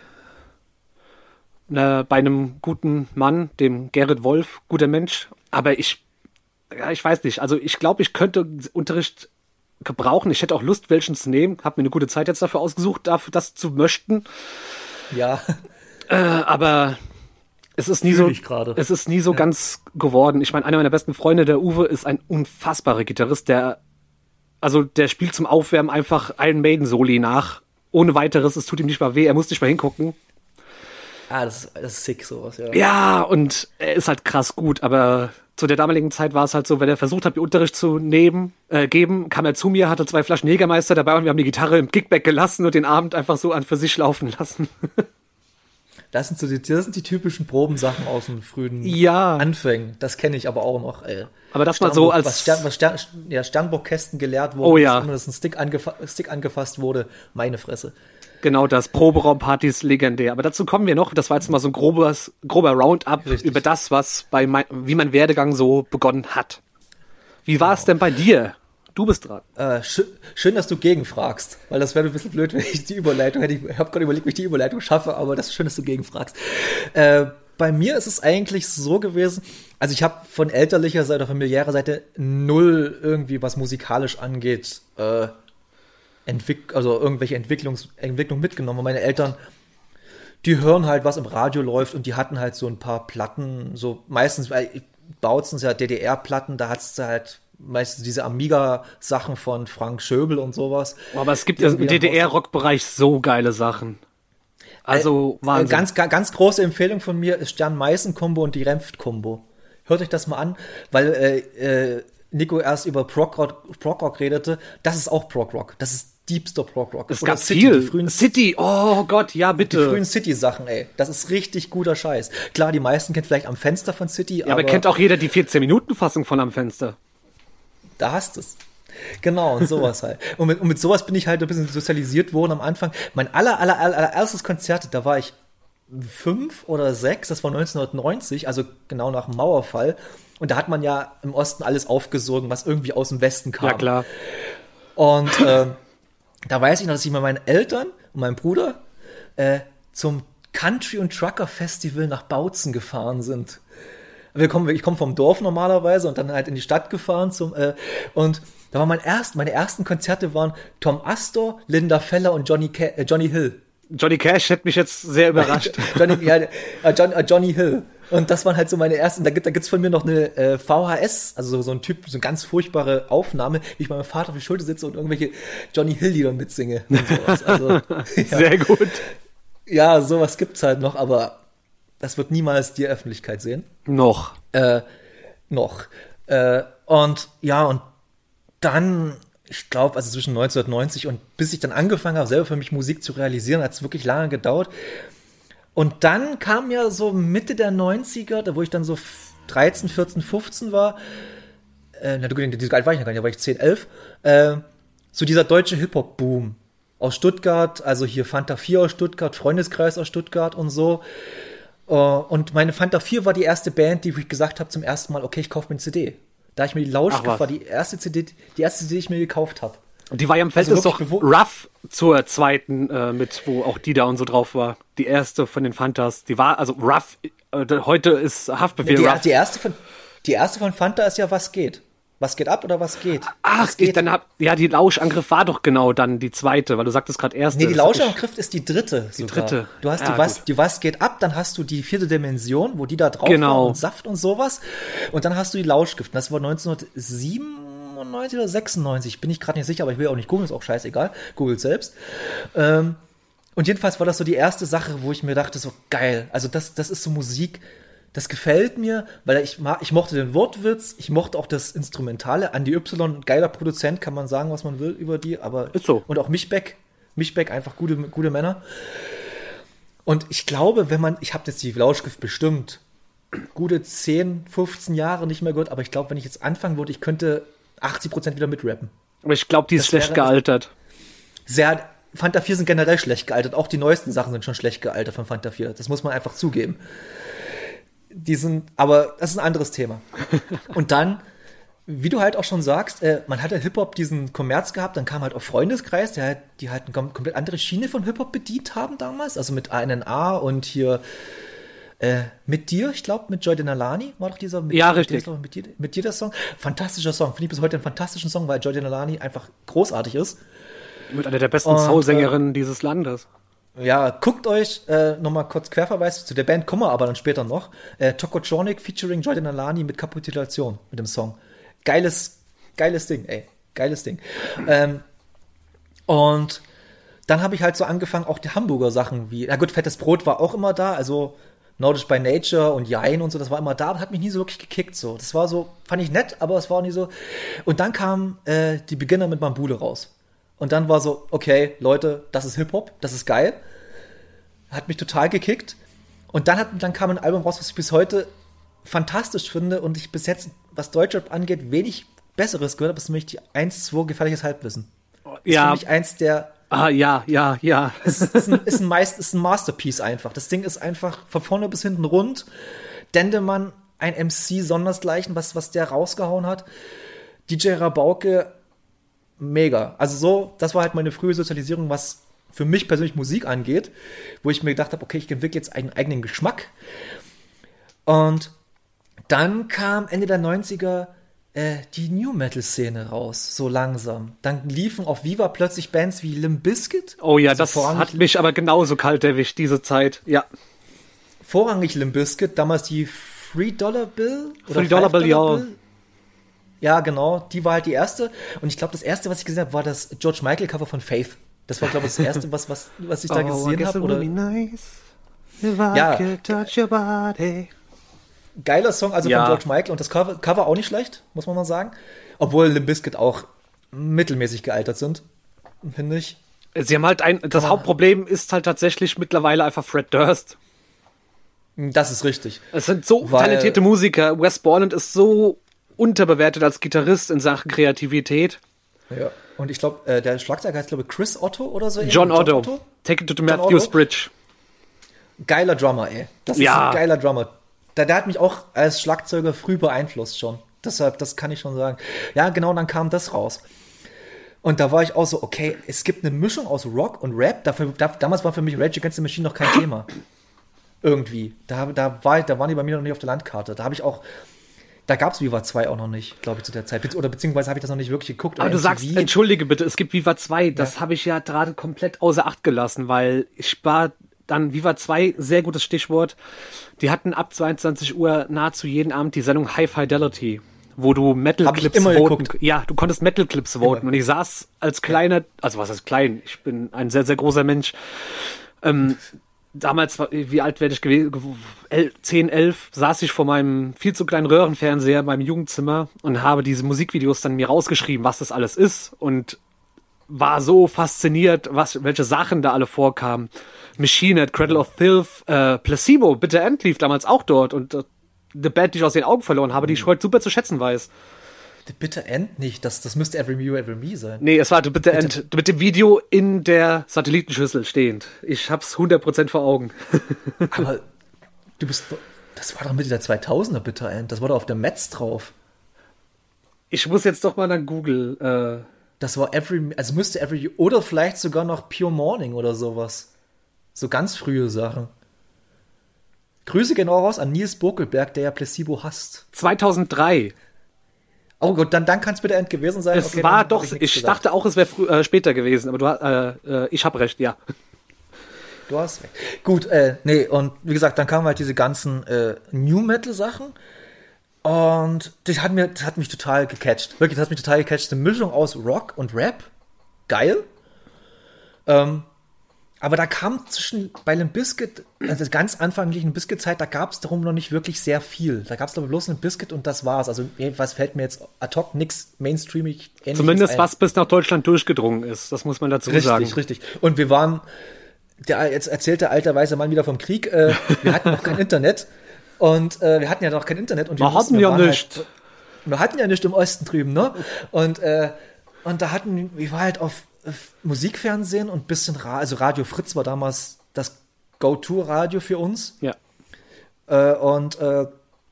ne, bei einem guten Mann, dem Gerrit Wolf, guter Mensch. Aber ich, ja, ich weiß nicht. Also ich glaube, ich könnte Unterricht gebrauchen. Ich hätte auch Lust, welchen zu nehmen. Habe mir eine gute Zeit jetzt dafür ausgesucht, dafür das zu möchten. Ja. Äh, aber es ist nie Fühl so, es ist nie so ja. ganz geworden. Ich meine, einer meiner besten Freunde, der Uwe, ist ein unfassbarer Gitarrist, der, also der spielt zum Aufwärmen einfach Iron Maiden Soli nach. Ohne weiteres, es tut ihm nicht mal weh, er muss nicht mal hingucken. Ah, das ist, das ist sick, sowas, ja. Ja, und er ist halt krass gut, aber zu der damaligen Zeit war es halt so, wenn er versucht hat, mir Unterricht zu nehmen, äh, geben, kam er zu mir, hatte zwei Flaschen Jägermeister dabei und wir haben die Gitarre im Kickback gelassen und den Abend einfach so an für sich laufen lassen. Das sind so die, das sind die typischen Probensachen aus den frühen ja. Anfängen. Das kenne ich aber auch noch. Ey. Aber das mal so als was, Stern, was Stern, ja, Sternburgkästen gelehrt wurde, oh, ja. immer, dass ein Stick, angefa- Stick angefasst wurde. Meine Fresse. Genau das, Proberaumpartys legendär. Aber dazu kommen wir noch. Das war jetzt mal so ein grobes, grober Roundup Richtig. über das, was bei mein, wie mein Werdegang so begonnen hat. Wie war genau. es denn bei dir? Du bist dran. Äh, sch- schön, dass du gegenfragst, weil das wäre ein bisschen blöd, wenn ich die Überleitung hätte. Ich habe gerade überlegt, wie ich die Überleitung schaffe, aber das ist schön, dass du gegenfragst. Äh, bei mir ist es eigentlich so gewesen, also ich habe von elterlicher Seite, familiärer Seite null irgendwie, was musikalisch angeht, äh, entwick- also irgendwelche Entwicklungs- Entwicklung mitgenommen. Und meine Eltern, die hören halt, was im Radio läuft und die hatten halt so ein paar Platten, so meistens, weil Bautzen ja D D R-Platten, da hat's halt meistens diese Amiga-Sachen von Frank Schöbel und sowas. Aber es gibt im D D R-Rock-Bereich so geile Sachen. Also äh, Wahnsinn. Ganz, ganz große Empfehlung von mir ist Stern-Meißen-Kombo und die Renft-Kombo. Hört euch das mal an, weil äh, äh, Nico erst über Prog-Rock, Prog-Rock redete. Das ist auch Prog-Rock. Das ist deepster Prog-Rock. Es gab City, viel. Die frühen City, oh Gott, ja bitte. Die frühen City-Sachen, ey. Das ist richtig guter Scheiß. Klar, die meisten kennen vielleicht Am Fenster von City. Ja, aber, aber kennt auch jeder die vierzehn-Minuten-Fassung von Am Fenster. Da hast es. Genau, und sowas halt. Und mit, und mit sowas bin ich halt ein bisschen sozialisiert worden am Anfang. Mein aller, aller, aller, aller erstes Konzert, da war ich fünf oder sechs, das war neunzehnhundertneunzig, also genau nach dem Mauerfall. Und da hat man ja im Osten alles aufgesogen, was irgendwie aus dem Westen kam. Ja, klar. Und äh, da weiß ich noch, dass ich mit meinen Eltern und meinem Bruder äh, zum Country- und Trucker-Festival nach Bautzen gefahren sind. Wir kommen, ich komme vom Dorf normalerweise und dann halt in die Stadt gefahren zum äh, und da war mein erst, meine ersten Konzerte waren Tom Astor, Linda Feller und Johnny Ca- äh, Johnny Hill. Johnny Cash hätte mich jetzt sehr überrascht. Johnny, ja, äh, John, äh, Johnny Hill. Und das waren halt so meine ersten, da gibt da gibt's von mir noch eine äh, V H S, also so, so ein Typ, so eine ganz furchtbare Aufnahme, wie ich bei meinem Vater auf die Schulter sitze und irgendwelche Johnny Hill-Lieder mitsinge und sowas. Also, ja. Sehr gut. Ja, sowas gibt's halt noch, aber das wird niemals die Öffentlichkeit sehen. Noch. Äh, noch. Äh, und ja, und dann, ich glaube, also zwischen neunzehnhundertneunzig und bis ich dann angefangen habe, selber für mich Musik zu realisieren, hat es wirklich lange gedauert. Und dann kam ja so Mitte der neunziger, da wo ich dann so dreizehn, vierzehn, fünfzehn war, äh, na du, so alt war ich noch gar nicht, da war ich zehn, elf, äh, so dieser deutsche Hip-Hop-Boom aus Stuttgart, also hier Fanta vier aus Stuttgart, Freundeskreis aus Stuttgart und so. Und meine Fanta vier war die erste Band, die ich gesagt habe zum ersten Mal, okay, ich kaufe mir eine C D. Da ich mir die Lauschgift war die erste C D, die erste C D, die ich mir gekauft habe. Und die war ja im Verhältnis Also doch Rough zur zweiten äh, mit, wo auch die da und so drauf war. Die erste von den Fantas. Die war, also Rough, äh, heute ist Haftbefehl die, Rough. Die erste, von, die erste von Fanta ist ja Was geht. Was geht ab oder was geht? Ach, was geht? Ich, dann hab, ja, die Lauschangriff war doch genau dann die zweite, weil du sagtest gerade erste. Nee, die Lauschangriff ist die dritte. Die sogar. dritte. Du hast ja, die, was, die Was geht ab, dann hast du die vierte Dimension, wo die da drauf genau. waren und Saft und sowas. Und dann hast du die Lauschgift. Das war neunzehnhundertsiebenundneunzig oder sechsundneunzig, bin ich gerade nicht sicher, aber ich will auch nicht googeln, ist auch scheißegal. Googelt selbst. Ähm, und jedenfalls war das so die erste Sache, wo ich mir dachte, so geil. Also das, das ist so Musik, das gefällt mir, weil ich, ich mochte den Wortwitz, ich mochte auch das Instrumentale. Andy Y, geiler Produzent, kann man sagen, was man will über die, aber ist so. Und auch Mischbeck, Mischbeck, einfach gute, gute Männer. Und ich glaube, wenn man, ich habe jetzt die Lauschgift bestimmt gute zehn, fünfzehn Jahre nicht mehr gehört, aber ich glaube, wenn ich jetzt anfangen würde, ich könnte achtzig Prozent wieder mitrappen. Aber ich glaube, die ist das schlecht gealtert. Sehr, Fanta vier sind generell schlecht gealtert, auch die neuesten Sachen sind schon schlecht gealtert von Fanta vier, das muss man einfach zugeben. Die sind, aber das ist ein anderes Thema. Und dann, wie du halt auch schon sagst, äh, man hat ja Hip-Hop diesen Kommerz gehabt, dann kam halt auch Freundeskreis, der halt, die halt eine komplett andere Schiene von Hip-Hop bedient haben damals, also mit A N N A und hier äh, mit dir, ich glaube, mit Joy Denalani war doch dieser mit, ja, mit richtig. Dir, mit, dir, mit dir der Song. Fantastischer Song, finde ich bis heute einen fantastischen Song, weil Joy Denalani einfach großartig ist. Mit einer der besten Soul-Sängerinnen äh, dieses Landes. Ja, guckt euch äh, nochmal kurz Querverweis zu der Band, kommen wir aber dann später noch. Äh, Tokotronic featuring Joy Denalani mit Kapitulation mit dem Song. Geiles, geiles Ding, ey. Geiles Ding. Ähm, und dann habe ich halt so angefangen, auch die Hamburger Sachen wie, na gut, Fettes Brot war auch immer da, also Nordisch by Nature und Jein und so, das war immer da, das hat mich nie so wirklich gekickt, so. Das war so, fand ich nett, aber es war auch nie so. Und dann kam äh, die Beginner mit Bambule raus. Und dann war so, okay, Leute, das ist Hip-Hop, das ist geil. Hat mich total gekickt. Und dann, hat, dann kam ein Album raus, was ich bis heute fantastisch finde und ich bis jetzt, was Deutschrap angeht, wenig Besseres gehört habe, ist nämlich die eins zwei Gefährliches Halbwissen. Das ja. ist für mich eins der... Ah, ja, ja, ja. Es ist, ist, ein, ist, ein Meist, ist ein Masterpiece einfach. Das Ding ist einfach von vorne bis hinten rund. Dendemann, ein M C sondersgleichen, was, was der rausgehauen hat. D J Rabauke, mega. Also so, das war halt meine frühe Sozialisierung, was für mich persönlich Musik angeht, wo ich mir gedacht habe, okay, ich entwickle jetzt einen eigenen Geschmack. Und dann kam Ende der neunziger äh, die New-Metal-Szene raus, so langsam. Dann liefen auf Viva plötzlich Bands wie Limp Bizkit. Oh ja, also das hat mich aber genauso kalt erwischt, diese Zeit, ja. Vorrangig Limp Bizkit, damals die Three Dollar Bill? Three Dollar Bill, ja. Bill? Ja, genau, die war halt die erste. Und ich glaube, das erste, was ich gesehen habe, war das George Michael Cover von Faith. Das war, glaube ich, das erste, was, was, was ich da oh, gesehen habe. Oder nice if I ja. could touch your body. Geiler Song, also ja. von George Michael. Und das Cover, Cover auch nicht schlecht, muss man mal sagen. Obwohl Limp Bizkit auch mittelmäßig gealtert sind, finde ich. Sie haben halt ein, das Aber Hauptproblem ist halt tatsächlich mittlerweile einfach Fred Durst. Das ist richtig. Es sind so Weil, talentierte Musiker. Wes Borland ist so unterbewertet als Gitarrist in Sachen Kreativität. Ja. Und ich glaube, äh, der Schlagzeuger heißt, glaube ich, Chris Otto oder so. John, John Otto. Otto. Take it to the John Matthews Otto. Bridge. Geiler Drummer, ey. Das ja. ist ein geiler Drummer. Der, der hat mich auch als Schlagzeuger früh beeinflusst schon. Deshalb, das kann ich schon sagen. Ja, genau, dann kam das raus. Und da war ich auch so, okay, es gibt eine Mischung aus Rock und Rap. Dafür, da, damals war für mich Rage Against the Machine noch kein Thema. Irgendwie. Da, da, war, da waren die bei mir noch nicht auf der Landkarte. Da habe ich auch, da gab es Viva zwei auch noch nicht, glaube ich, zu der Zeit. Be- oder beziehungsweise habe ich das noch nicht wirklich geguckt. Aber oder du M T V. sagst, entschuldige bitte, es gibt Viva zwei. Das Ja. habe ich ja gerade komplett außer Acht gelassen, weil ich war dann Viva zwei, sehr gutes Stichwort. Die hatten ab zweiundzwanzig Uhr nahezu jeden Abend die Sendung High Fidelity, wo du Metal-Clips immer voten. geguckt. Ja, du konntest Metal-Clips voten. Immer. Und ich saß als kleiner, also was heißt klein? Ich bin ein sehr, sehr großer Mensch. Ähm, damals, war- wie alt werde ich gewesen? zehn, elf, saß ich vor meinem viel zu kleinen Röhrenfernseher in meinem Jugendzimmer und habe diese Musikvideos dann mir rausgeschrieben, was das alles ist, und war so fasziniert, was, welche Sachen da alle vorkamen. Machine Head, Cradle of Filth, äh, Placebo, Bitter End lief damals auch dort, und äh, eine Band, die ich aus den Augen verloren habe, die ich heute super zu schätzen weiß. The Bitter End nicht. Das, das müsste Every You, Every Me sein. Nee, es war The Bitter End mit dem Video in der Satellitenschüssel stehend. Ich hab's hundert Prozent vor Augen. Aber du bist. Das war doch Mitte der zweitausender Bitter End. Das war doch auf der Metz drauf. Ich muss jetzt doch mal dann Google. Äh, Das war Every. Also müsste Every You. Oder vielleicht sogar noch Pure Morning oder sowas. So ganz frühe Sachen. Grüße genau raus an Nils Bokelberg, der ja Placebo hasst. zweitausenddrei. Oh gut, dann, dann kann es Bitter End gewesen sein. Es Okay, war dann doch, hab ich, nichts gesagt. dachte auch, es wäre äh, später gewesen, aber du hast, äh, äh, ich hab recht, ja. Du hast recht. Gut, äh, nee, und wie gesagt, dann kamen halt diese ganzen äh, New-Metal-Sachen. Und das hat, mir, das hat mich total gecatcht. Wirklich, das hat mich total gecatcht. Eine Mischung aus Rock und Rap. Geil. Ähm, aber da kam zwischen bei Limp Bizkit, also ganz anfänglichen Bizkit-Zeit, da gab es darum noch nicht wirklich sehr viel. Da gab es, glaube ich, bloß Limp Bizkit und das war's. Also, ey, was fällt mir jetzt ad hoc nix mainstreamig ähnliches Zumindest ein. was bis nach Deutschland durchgedrungen ist, das muss man dazu Richtig, sagen. richtig. Und wir waren, der jetzt erzählt der alte weiße Mann wieder vom Krieg, äh, wir hatten noch kein Internet. Und äh, wir hatten ja noch kein Internet. Und wir Wir wussten, hatten wir ja waren nicht. Halt, wir hatten ja nicht im Osten drüben, ne? Und, äh, und da hatten wir war halt auf, auf Musikfernsehen und ein bisschen, Ra- also Radio Fritz war damals das Go-To-Radio für uns. Ja. Äh, und, äh,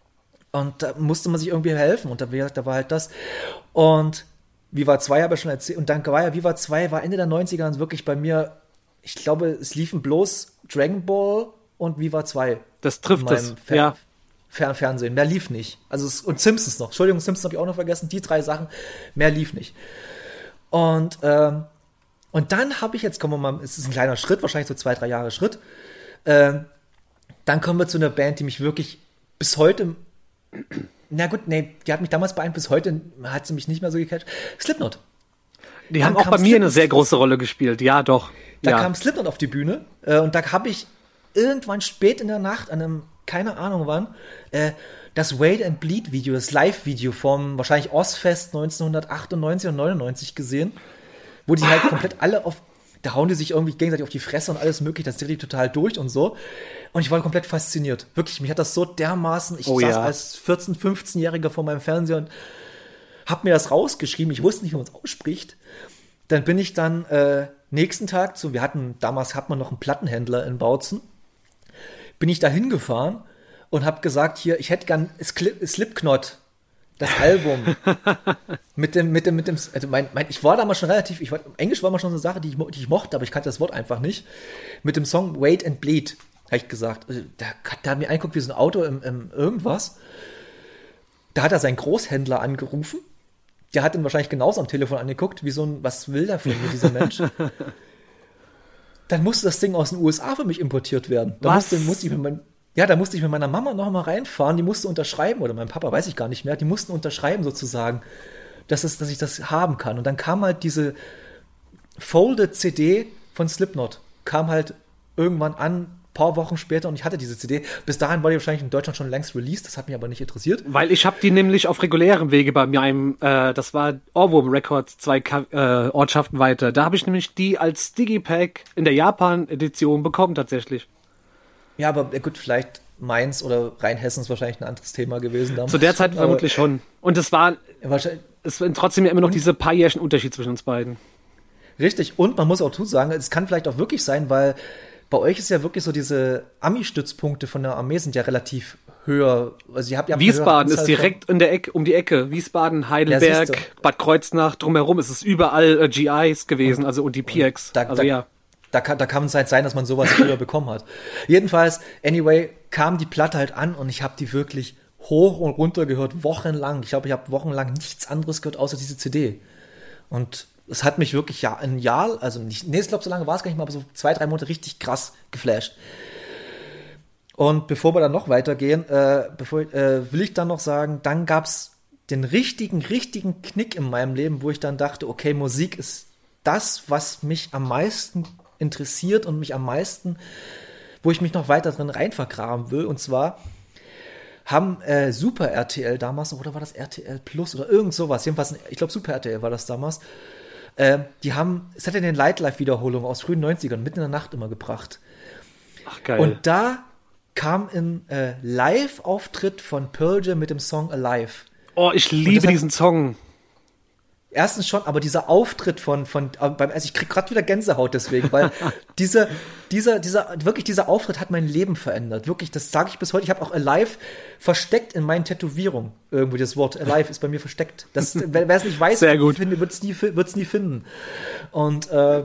und da musste man sich irgendwie helfen. Und da, wie gesagt, da war halt das. Und Viva zwei habe ich schon erzählt. Und dann war ja Viva zwei, war Ende der neunziger wirklich bei mir, ich glaube, es liefen bloß Dragon Ball und Viva zwei. Das trifft in es, meinem Fer- ja. Fer- Fernsehen. Mehr lief nicht. Also es, und Simpsons noch. Entschuldigung, Simpsons habe ich auch noch vergessen. Die drei Sachen. Mehr lief nicht. Und, ähm, und dann habe ich, jetzt kommen wir mal, es ist ein kleiner Schritt, wahrscheinlich so zwei, drei Jahre Schritt. Ähm, dann kommen wir zu einer Band, die mich wirklich bis heute, na gut, nee, die hat mich damals beeindruckt, bis heute hat sie mich nicht mehr so gecatcht. Slipknot. Die Dann haben auch kam bei mir eine Slipknot. sehr große Rolle gespielt, ja doch. Da ja. kam Slipknot auf die Bühne äh, und da habe ich irgendwann spät in der Nacht, an einem, keine Ahnung wann, äh, das Wait and Bleed Video, das Live-Video vom wahrscheinlich Ozfest neunzehnhundertachtundneunzig und neunundneunzig gesehen, wo die halt komplett alle auf, da hauen die sich irgendwie gegenseitig auf die Fresse und alles mögliche, das dreht die total durch und so. Und ich war komplett fasziniert. Wirklich, mich hat das so dermaßen, ich Oh saß ja. als vierzehn-, fünfzehnjähriger vor meinem Fernseher und hab mir das rausgeschrieben, ich wusste nicht, wie man es ausspricht. Dann bin ich dann äh, nächsten Tag zu, wir hatten, damals hat man noch einen Plattenhändler in Bautzen, bin ich da hingefahren und habe gesagt, hier, ich hätte gern Skli- Slipknot, das Album, mit dem, mit dem, mit dem, also mein, mein, ich war damals schon relativ, ich war, Englisch war mal schon so eine Sache, die ich, mo- die ich mochte, aber ich kannte das Wort einfach nicht, mit dem Song Wait and Bleed, habe ich gesagt, also, da, da hat mir angeguckt wie so ein Auto im, im irgendwas, da hat er seinen Großhändler angerufen, der hat ihn wahrscheinlich genauso am Telefon angeguckt, wie so ein, was will der von mir, dieser Mensch? Dann musste das Ding aus den U S A für mich importiert werden. Da Was? musste, musste ich mit mein, ja, da musste ich mit meiner Mama noch mal reinfahren, die musste unterschreiben, oder mein Papa, weiß ich gar nicht mehr, die mussten unterschreiben sozusagen, dass, es, dass ich das haben kann. Und dann kam halt diese Folded C D von Slipknot, kam halt irgendwann an, paar Wochen später, und ich hatte diese C D. Bis dahin war die wahrscheinlich in Deutschland schon längst released, das hat mich aber nicht interessiert. Weil ich habe die nämlich auf regulärem Wege bei meinem, äh, das war Ohrwurm Records, zwei Ka- äh, Ortschaften weiter. Da habe ich nämlich die als Digipack in der Japan-Edition bekommen tatsächlich. Ja, aber äh, gut, vielleicht Mainz oder Rheinhessen ist wahrscheinlich ein anderes Thema gewesen damals. Zu der Zeit Aber, vermutlich schon. Und es war, ja, wahrscheinlich, es sind trotzdem ja immer noch diese paar Jährchen Unterschied zwischen uns beiden. richtig, und man muss auch dazu sagen, es kann vielleicht auch wirklich sein, weil bei euch ist ja wirklich so, diese Ami-Stützpunkte von der Armee sind ja relativ höher. Also ihr habt ja eine höhere Wiesbaden ist Anzahl direkt in der Ecke, um die Ecke. Wiesbaden, Heidelberg, siehst du. Bad Kreuznach, drumherum ist es überall äh, G Is gewesen, also und die P X. Da, also da, ja. Da kann, da kann es halt sein, dass man sowas früher bekommen hat. Jedenfalls, anyway, kam die Platte halt an und ich habe die wirklich hoch und runter gehört, wochenlang. Ich glaube, ich habe wochenlang nichts anderes gehört, außer diese C D. Und es hat mich wirklich ja ein Jahr, also nicht, nee, ich glaube, so lange war es gar nicht mal, aber so zwei, drei Monate richtig krass geflasht. Und bevor wir dann noch weitergehen, äh, bevor, äh, will ich dann noch sagen, dann gab's den richtigen, richtigen Knick in meinem Leben, wo ich dann dachte, okay, Musik ist das, was mich am meisten interessiert und mich am meisten, wo ich mich noch weiter drin rein vergraben will. Und zwar haben äh, Super R T L damals, oder war das R T L Plus oder irgend sowas, jedenfalls, ich glaube Super R T L war das damals, äh, die haben Saturday Night Live Wiederholungen aus frühen neunzigern mitten in der Nacht immer gebracht. Ach, geil. Und da kam ein äh, Live-Auftritt von Pearl Jam mit dem Song Alive. Oh, ich liebe hat, diesen Song. Erstens schon, aber dieser Auftritt von, von beim, also ich krieg gerade wieder Gänsehaut deswegen, weil dieser, dieser, dieser, wirklich dieser Auftritt hat mein Leben verändert. Wirklich, das sage ich bis heute. Ich habe auch Alive versteckt in meinen Tätowierungen. Irgendwo das Wort Alive ist bei mir versteckt. Das, wer es nicht weiß, wird es nie, wird's nie finden. Und äh,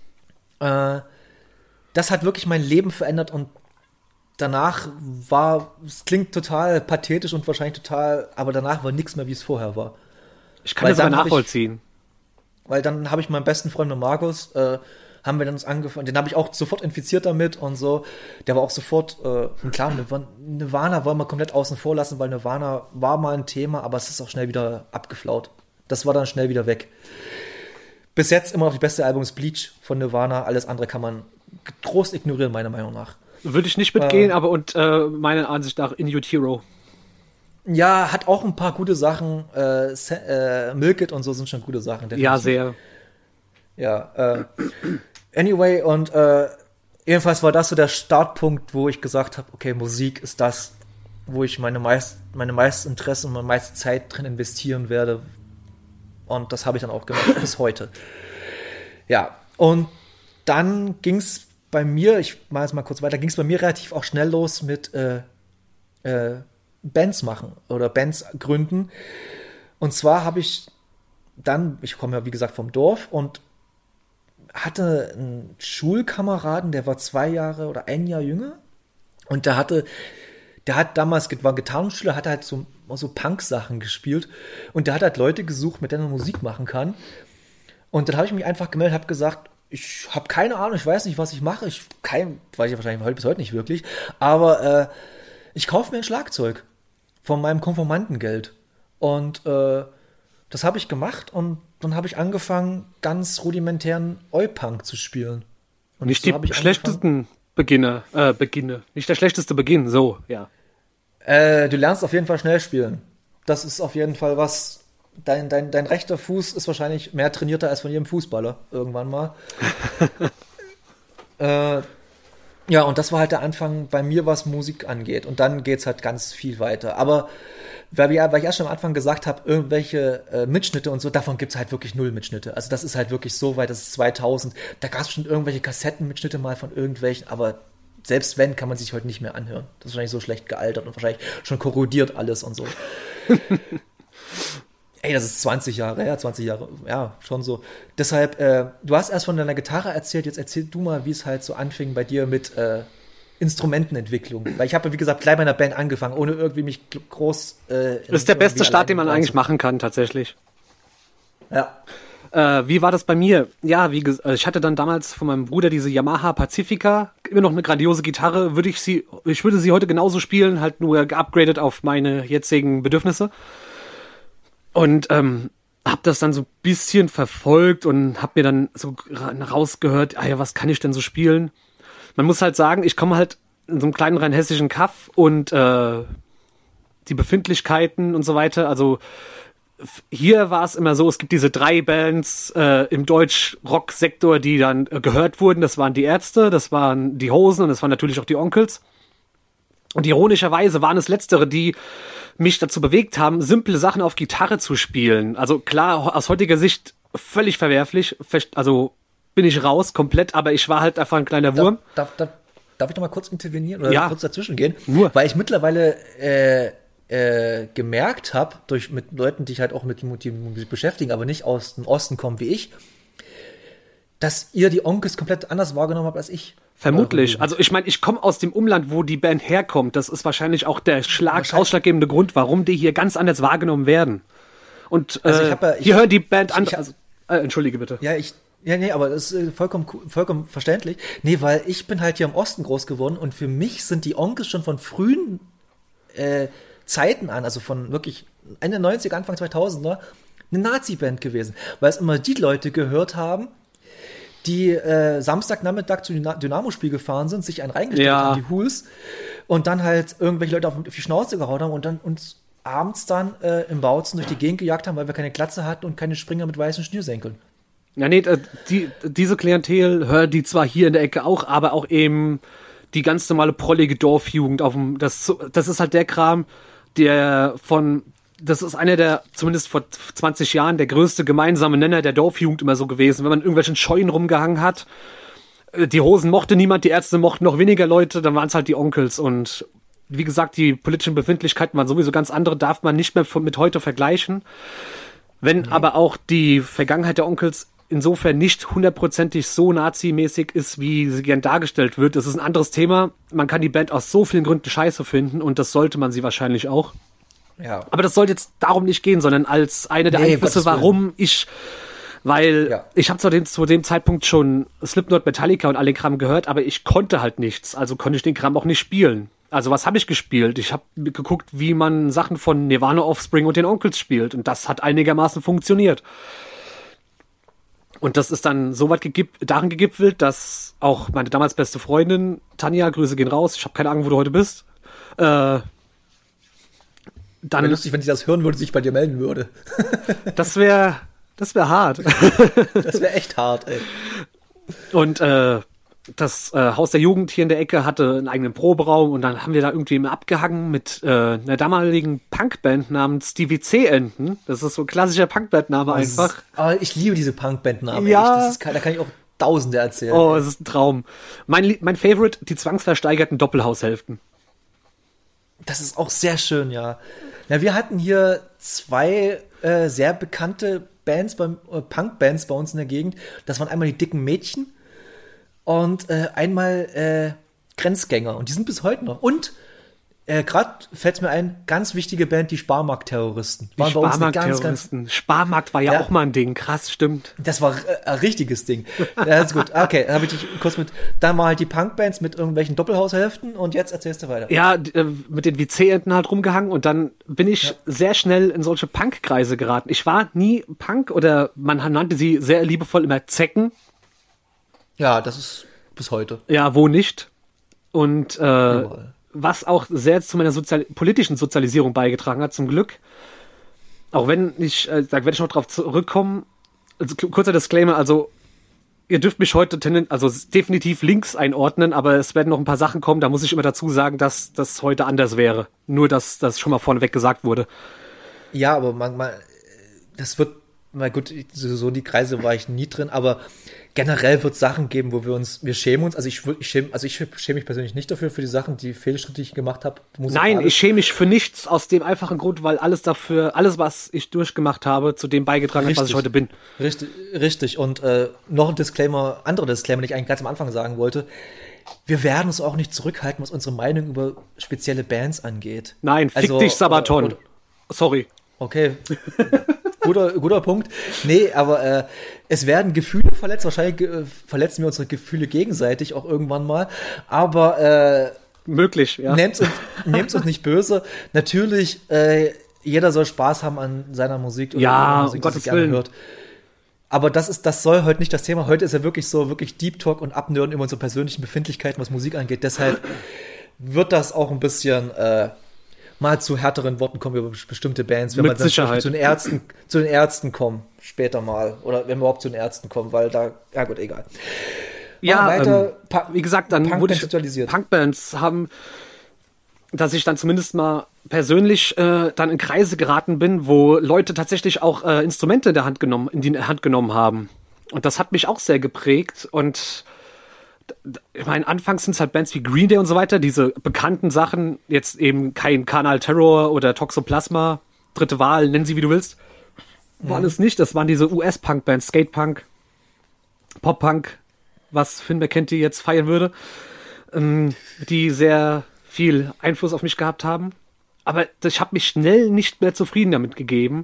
äh, das hat wirklich mein Leben verändert und danach war, es klingt total pathetisch und wahrscheinlich total, aber danach war nichts mehr, wie es vorher war. Ich kann weil das aber nachvollziehen. Ich, weil dann habe ich meinen besten Freund Markus, äh, haben wir dann uns angefangen, den habe ich auch sofort infiziert damit und so. Der war auch sofort, äh, klar, Nirvana wollen wir komplett außen vor lassen, weil Nirvana war mal ein Thema, aber es ist auch schnell wieder abgeflaut. Das war dann schnell wieder weg. Bis jetzt immer noch die beste Album ist Bleach von Nirvana, alles andere kann man getrost ignorieren, meiner Meinung nach. Würde ich nicht mitgehen, ähm, aber und äh, meiner Ansicht nach In Utero. Ja, hat auch ein paar gute Sachen. Äh, äh, Milk It und so sind schon gute Sachen. Definitiv. Ja, sehr. Ja, äh, anyway, und äh, jedenfalls war das so der Startpunkt, wo ich gesagt habe, okay, Musik ist das, wo ich meine meist, meine meisten Interessen und meine meiste Zeit drin investieren werde. Und das habe ich dann auch gemacht, bis heute. Ja, und dann ging es bei mir, ich mache jetzt mal kurz weiter, ging es bei mir relativ auch schnell los mit äh, äh, Bands machen oder Bands gründen. Und zwar habe ich dann, ich komme ja wie gesagt vom Dorf und hatte einen Schulkameraden, der war zwei Jahre oder ein Jahr jünger und der hatte, der hat damals, war Gitarrenschüler, hat halt so, so Punk-Sachen gespielt und der hat halt Leute gesucht, mit denen man Musik machen kann. Und dann habe ich mich einfach gemeldet, habe gesagt, ich habe keine Ahnung, ich weiß nicht, was ich mache, ich kein, weiß ich wahrscheinlich heute bis heute nicht wirklich, aber äh, ich kaufe mir ein Schlagzeug von meinem Konformantengeld. Und äh, das habe ich gemacht und dann habe ich angefangen, ganz rudimentären Oi-Punk zu spielen. Und nicht so die schlechtesten Beginner, äh, Beginne. Nicht der schlechteste Beginn, so, ja. Äh, du lernst auf jeden Fall schnell spielen. Das ist auf jeden Fall was, dein, dein, dein rechter Fuß ist wahrscheinlich mehr trainierter als von jedem Fußballer, irgendwann mal. äh, Ja, und das war halt der Anfang bei mir, was Musik angeht. Und dann geht's halt ganz viel weiter. Aber weil, wir, weil ich erst schon am Anfang gesagt habe, irgendwelche äh, Mitschnitte und so, davon gibt's halt wirklich null Mitschnitte. Also das ist halt wirklich so weit, das ist zweitausend. Da gab's schon irgendwelche Kassettenmitschnitte mal von irgendwelchen, aber selbst wenn, kann man sich heute nicht mehr anhören. Das ist wahrscheinlich so schlecht gealtert und wahrscheinlich schon korrodiert alles und so. Ey, das ist zwanzig Jahre her, zwanzig Jahre, ja, schon so. Deshalb, äh, du hast erst von deiner Gitarre erzählt, jetzt erzähl du mal, wie es halt so anfing bei dir mit äh, Instrumentenentwicklung. Weil ich habe ja, wie gesagt, gleich bei einer Band angefangen, ohne irgendwie mich groß... Äh, das ist der beste Start, den man eigentlich machen kann, tatsächlich. Ja. Äh, wie war das bei mir? Ja, wie gesagt, ich hatte dann damals von meinem Bruder diese Yamaha Pacifica, immer noch eine grandiose Gitarre, würde ich sie, ich würde sie heute genauso spielen, halt nur geupgradet auf meine jetzigen Bedürfnisse. Und ähm, hab das dann so ein bisschen verfolgt und hab mir dann so rausgehört, ah ja, was kann ich denn so spielen? Man muss halt sagen, ich komme halt in so einem kleinen rheinhessischen Kaff und äh, die Befindlichkeiten und so weiter, also hier war es immer so, es gibt diese drei Bands äh, im Deutsch-Rock-Sektor, die dann äh, gehört wurden. Das waren die Ärzte, das waren die Hosen und das waren natürlich auch die Onkels. Und ironischerweise waren es Letztere, die mich dazu bewegt haben, simple Sachen auf Gitarre zu spielen. Also klar, aus heutiger Sicht völlig verwerflich. Also bin ich raus, komplett, aber ich war halt einfach ein kleiner Wurm. Darf, darf, darf ich noch mal kurz intervenieren oder ja. kurz dazwischen gehen? Nur. Weil ich mittlerweile äh, äh, gemerkt habe, durch mit Leuten, die ich halt auch mit Musik beschäftigen, aber nicht aus dem Osten kommen wie ich, dass ihr die Onkels komplett anders wahrgenommen habt als ich. Vermutlich. Also ich meine, ich komme aus dem Umland, wo die Band herkommt. Das ist wahrscheinlich auch der Schlag, ausschlaggebende Grund, warum die hier ganz anders wahrgenommen werden. Und äh, also ich hab ja, ich, hier hören die Band an. Also, äh, entschuldige bitte. Ja, ich. Ja, nee, aber das ist vollkommen, vollkommen verständlich. Nee, weil ich bin halt hier im Osten groß geworden und für mich sind die Onkels schon von frühen äh, Zeiten an, also von wirklich Ende neunziger, Anfang zweitausender, eine Nazi-Band gewesen. Weil es immer die Leute gehört haben, die äh, Samstagnachmittag zu Dynamo-Spiel gefahren sind, sich einen reingestellt ja. haben, die Hools, und dann halt irgendwelche Leute auf die Schnauze gehauen haben und dann uns abends dann äh, im Bautzen durch die Gegend gejagt haben, weil wir keine Glatze hatten und keine Springer mit weißen Schnürsenkeln. Ja, nee, die, diese Klientel hört die zwar hier in der Ecke auch, aber auch eben die ganz normale prollige Dorfjugend auf dem, das, das ist halt der Kram, der von, das ist einer der, zumindest vor zwanzig Jahren, der größte gemeinsame Nenner der Dorfjugend immer so gewesen, wenn man in irgendwelchen Scheunen rumgehangen hat. Die Hosen mochte niemand, die Ärzte mochten noch weniger Leute, dann waren es halt die Onkels und wie gesagt, die politischen Befindlichkeiten waren sowieso ganz andere, darf man nicht mehr mit heute vergleichen. Wenn mhm. aber auch die Vergangenheit der Onkels insofern nicht hundertprozentig so nazimäßig ist, wie sie gern dargestellt wird. Das ist ein anderes Thema. Man kann die Band aus so vielen Gründen scheiße finden und das sollte man sie wahrscheinlich auch. Ja. Aber das soll jetzt darum nicht gehen, sondern als eine der nee, Einflüsse, warum ich, weil ja. ich habe zu dem, zu dem Zeitpunkt schon Slipknot, Metallica und all den Kram gehört, aber ich konnte halt nichts, also konnte ich den Kram auch nicht spielen. Also was habe ich gespielt? Ich habe geguckt, wie man Sachen von Nirvana, Offspring und den Onkels spielt und das hat einigermaßen funktioniert. Und das ist dann so weit gegip- darin gegipfelt, dass auch meine damals beste Freundin, Tanja, Grüße gehen raus, ich habe keine Ahnung, wo du heute bist, äh, dann... Wäre lustig, wenn sie das hören würde, sich bei dir melden würde. Das wäre das wäre hart. Das wäre echt hart, ey. Und äh, das äh, Haus der Jugend hier in der Ecke hatte einen eigenen Proberaum und dann haben wir da irgendwie immer abgehangen mit äh, einer damaligen Punkband namens die W C-Enten. Das ist so ein klassischer Punkband-Name einfach. Aber ich liebe diese Punkband-Namen. Ja. Das ist, da kann ich auch Tausende erzählen. Oh, es ist ein Traum. Mein, mein Favorite, die zwangsversteigerten Doppelhaushälften. Das ist auch sehr schön, ja. Ja, wir hatten hier zwei äh, sehr bekannte Bands, beim, äh, Punk-Bands bei uns in der Gegend. Das waren einmal die Dicken Mädchen und äh, einmal äh, Grenzgänger. Und die sind bis heute noch. Und äh, gerade fällt es mir ein, ganz wichtige Band, die Sparmarkt-Terroristen. Die Sparmarkt-Terroristen. Sparmarkt war ja, ja auch mal ein Ding. Krass, stimmt. Das war äh, ein richtiges Ding. Ja, ist gut. Okay, dann habe ich dich kurz mit. Da mal halt die Punkbands mit irgendwelchen Doppelhaushälften und jetzt erzählst du weiter. Ja, äh, mit den W C-Enten halt rumgehangen und dann bin ich ja. sehr schnell in solche Punk-Kreise geraten. Ich war nie Punk oder man nannte sie sehr liebevoll immer Zecken. Ja, das ist bis heute. Ja, wo nicht. Und äh, was auch sehr zu meiner Sozial- politischen Sozialisierung beigetragen hat, zum Glück. Auch wenn ich, äh, da werde ich noch drauf zurückkommen. Also, kurzer Disclaimer, also ihr dürft mich heute tenden- also definitiv links einordnen, aber es werden noch ein paar Sachen kommen, da muss ich immer dazu sagen, dass das heute anders wäre. Nur, dass das schon mal vorneweg gesagt wurde. Ja, aber manchmal, das wird, na gut, so in die Kreise war ich nie drin, aber generell wird es Sachen geben, wo wir uns, wir schämen uns, also ich, ich schäme, also ich schäme mich persönlich nicht dafür, für die Sachen, die Fehlschritte, die ich gemacht habe. Nein, ich schäme mich für nichts, aus dem einfachen Grund, weil alles dafür, alles, was ich durchgemacht habe, zu dem beigetragen hat, was ich heute bin. Richtig, richtig. Und äh, noch ein Disclaimer, andere Disclaimer, den ich eigentlich ganz am Anfang sagen wollte. Wir werden uns auch nicht zurückhalten, was unsere Meinung über spezielle Bands angeht. Nein, fick also, dich, Sabaton. Oder, oder, Sorry. Okay. Guter, guter Punkt. Nee, aber äh, es werden Gefühle verletzt. Wahrscheinlich äh, verletzen wir unsere Gefühle gegenseitig auch irgendwann mal. Aber äh, möglich, ja. Nehmt's uns, nehmt's uns nicht böse. Natürlich, äh, jeder soll Spaß haben an seiner Musik oder ja, Musik, um Gottes die er gerne Willen. hört. Aber das ist, das soll heute nicht das Thema. Heute ist ja wirklich so, wirklich Deep Talk und Abnörden über unsere persönlichen Befindlichkeiten, was Musik angeht. Deshalb wird das auch ein bisschen äh, mal zu härteren Worten kommen über bestimmte Bands, wenn Mit wir dann Sicherheit. zu den Ärzten, zu den Ärzten kommen, später mal. Oder wenn wir überhaupt zu den Ärzten kommen, weil da, ja gut, egal. Ja, weiter, ähm, pa- wie gesagt, dann wurde ich, Punkbands haben, dass ich dann zumindest mal persönlich äh, dann in Kreise geraten bin, wo Leute tatsächlich auch äh, Instrumente in der Hand genommen, in die Hand genommen haben. Und das hat mich auch sehr geprägt und ich meine, anfangs sind es halt Bands wie Green Day und so weiter, diese bekannten Sachen, jetzt eben kein Carnal Terror oder Toxoplasma, dritte Wahl, nenn sie wie du willst, waren es nicht, das waren diese U S-Punk-Bands, Skate-Punk, Pop-Punk, was Finn McKenty jetzt feiern würde, ähm, die sehr viel Einfluss auf mich gehabt haben. Aber ich habe mich schnell nicht mehr zufrieden damit gegeben.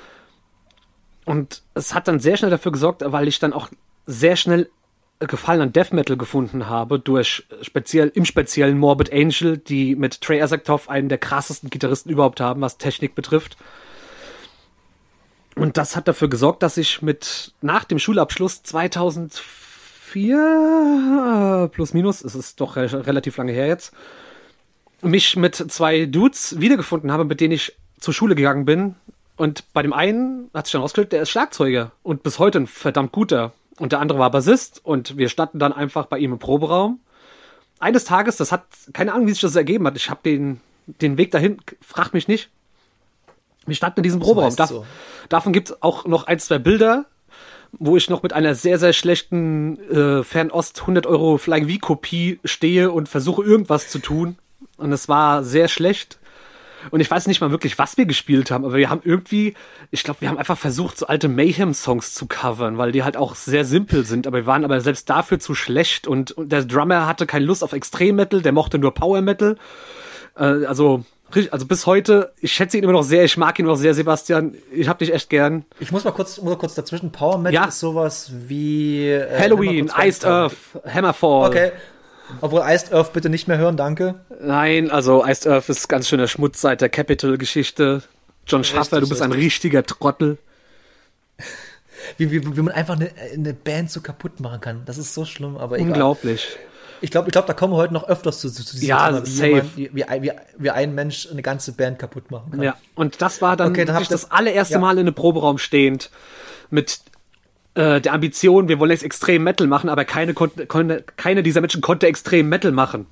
Und es hat dann sehr schnell dafür gesorgt, weil ich dann auch sehr schnell Gefallen an Death Metal gefunden habe, durch speziell, im speziellen Morbid Angel, die mit Trey Azagtov einen der krassesten Gitarristen überhaupt haben, was Technik betrifft. Und das hat dafür gesorgt, dass ich mit nach dem Schulabschluss zweitausendvier, plus minus, es ist doch re- relativ lange her jetzt, mich mit zwei Dudes wiedergefunden habe, mit denen ich zur Schule gegangen bin. Und bei dem einen hat sich dann rausgestellt, der ist Schlagzeuger und bis heute ein verdammt guter. Und der andere war Bassist und wir standen dann einfach bei ihm im Proberaum. Eines Tages, das hat, keine Ahnung, wie sich das ergeben hat, ich habe den, den Weg dahin, frag mich nicht. Wir standen in diesem Proberaum. Dav- so. Davon gibt es auch noch ein, zwei Bilder, wo ich noch mit einer sehr, sehr schlechten äh, Fernost hundert Euro Flying V-Kopie stehe und versuche irgendwas zu tun. Und es war sehr schlecht. Und ich weiß nicht mal wirklich, was wir gespielt haben, aber wir haben irgendwie, ich glaube, wir haben einfach versucht, so alte Mayhem-Songs zu covern, weil die halt auch sehr simpel sind, aber wir waren aber selbst dafür zu schlecht und, und der Drummer hatte keine Lust auf Extrem-Metal, der mochte nur Power-Metal. Äh, also, also bis heute, ich schätze ihn immer noch sehr, ich mag ihn noch sehr, Sebastian, ich hab dich echt gern. Ich muss mal kurz, muss mal kurz dazwischen, Power-Metal ja. ist sowas wie... Äh, Halloween, Iced Earth, Hammerfall. Okay. Obwohl Iced Earth bitte nicht mehr hören, danke. Nein, also Iced Earth ist ganz schöner Schmutz seit der Capitol-Geschichte. John Schaffer, du bist ein richtiger Trottel. Wie, wie, wie man einfach eine, eine Band so kaputt machen kann. Das ist so schlimm, aber egal. Unglaublich. Ich glaube, ich glaub, da kommen wir heute noch öfters zu, zu diesem ja, Thema, wie, safe. jemand, wie, wie, wie, wie ein Mensch eine ganze Band kaputt machen kann. Ja, und das war dann okay, dann wirklich das, das allererste ja. Mal in einem Proberaum stehend mit äh, der Ambition, wir wollen jetzt extrem Metal machen, aber keine, konnte, konnte, keine dieser Menschen konnte extrem Metal machen.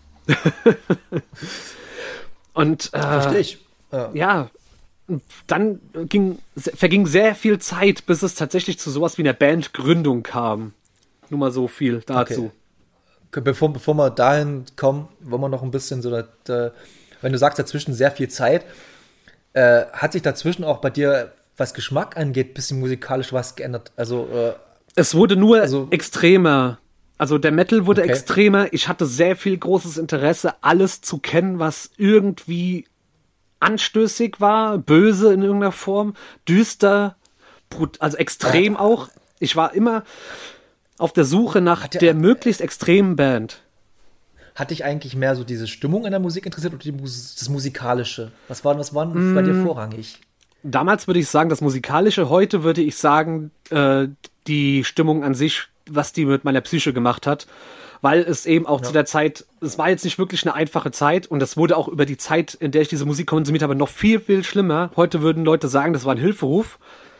Und äh, verstehe ich. Ja. ja, dann ging, verging sehr viel Zeit, bis es tatsächlich zu sowas wie einer Bandgründung kam. Nur mal so viel dazu. Okay. Bevor, bevor wir dahin kommen, wollen wir noch ein bisschen so, dass, äh, wenn du sagst, dazwischen sehr viel Zeit, äh, hat sich dazwischen auch bei dir, was Geschmack angeht, ein bisschen musikalisch was geändert? Also äh, es wurde nur also, extremer. Also der Metal wurde okay. extremer. Ich hatte sehr viel großes Interesse, alles zu kennen, was irgendwie anstößig war, böse in irgendeiner Form, düster, brut- also extrem äh, auch. Ich war immer auf der Suche nach der, der möglichst extremen Band. Hat dich eigentlich mehr so diese Stimmung in der Musik interessiert oder die Mus- das Musikalische? Was war, was war mm. bei dir vorrangig? Damals würde ich sagen, das Musikalische. Heute würde ich sagen, äh, die Stimmung an sich, was die mit meiner Psyche gemacht hat. Weil es eben auch ja. zu der Zeit, es war jetzt nicht wirklich eine einfache Zeit und es wurde auch über die Zeit, in der ich diese Musik konsumiert habe, noch viel, viel schlimmer. Heute würden Leute sagen, das war ein Hilferuf.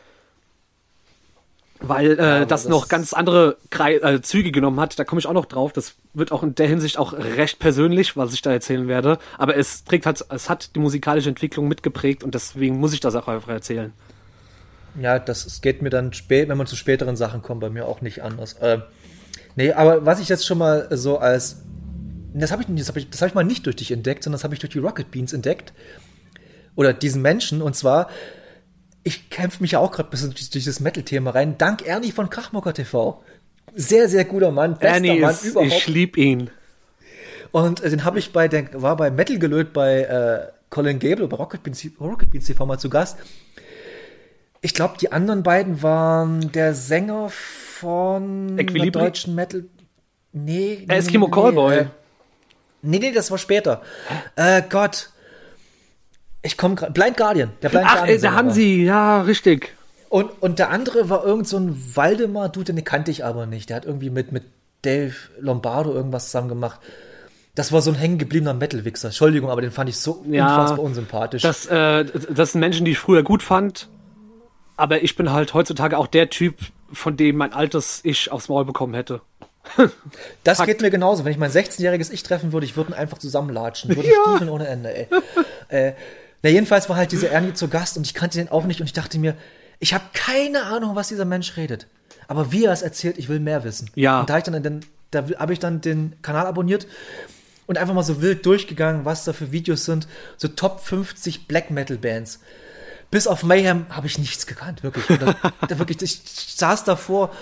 Weil äh, ja, das, das noch ganz andere Kre- äh, Züge genommen hat. Da komme ich auch noch drauf. Das wird auch in der Hinsicht auch recht persönlich, was ich da erzählen werde. Aber es trägt halt, es hat die musikalische Entwicklung mitgeprägt und deswegen muss ich das auch einfach erzählen. Ja, das es geht mir dann spät, wenn man zu späteren Sachen kommt, bei mir auch nicht anders. Äh, nee, aber was ich jetzt schon mal so als, das habe ich, das hab ich, das hab ich mal nicht durch dich entdeckt, sondern das habe ich durch die Rocket Beans entdeckt. Oder diesen Menschen, und zwar ich kämpfe mich ja auch gerade ein bisschen durch dieses Metal-Thema rein. Dank Ernie von Krachmocker T V. Sehr, sehr guter Mann. Bester Ernie Mann ist, überhaupt. Ich lieb ihn. Und äh, den habe ich bei, der war bei Metal gelöt bei äh, Colin Gable, bei Rocket Beans, Rocket Beans T V mal zu Gast. Ich glaube, die anderen beiden waren der Sänger von der deutschen Metal. Nee. nee Eskimo nee, Callboy. Äh, nee, nee, das war später. Äh, Gott. Ich komme gerade. Blind Guardian. Der Blind Ach, Guardian. Ach, der Hansi, ja, richtig. Und, und der andere war irgend so ein Waldemar-Dude, den kannte ich aber nicht. Der hat irgendwie mit, mit Dave Lombardo irgendwas zusammen gemacht. Das war so ein hängengebliebener Metal-Wichser. Entschuldigung, aber den fand ich so ja, unfassbar unsympathisch. Das, äh, das sind Menschen, die ich früher gut fand. Aber ich bin halt heutzutage auch der Typ, von dem mein altes Ich aufs Maul bekommen hätte. Das Fakt. Geht mir genauso. Wenn ich mein sechzehnjähriges Ich treffen würde, ich würde ihn einfach zusammenlatschen. Ich würde ja. stiefeln ohne Ende, ey. äh, na, jedenfalls war halt dieser Ernie zu Gast und ich kannte den auch nicht und ich dachte mir, ich habe keine Ahnung, was dieser Mensch redet. Aber wie er es erzählt, ich will mehr wissen. Ja. Und da, ich dann, dann, da habe ich dann den Kanal abonniert und einfach mal so wild durchgegangen, was da für Videos sind. So Top fünfzig Black Metal Bands. Bis auf Mayhem habe ich nichts gekannt, wirklich. Da, da wirklich ich saß davor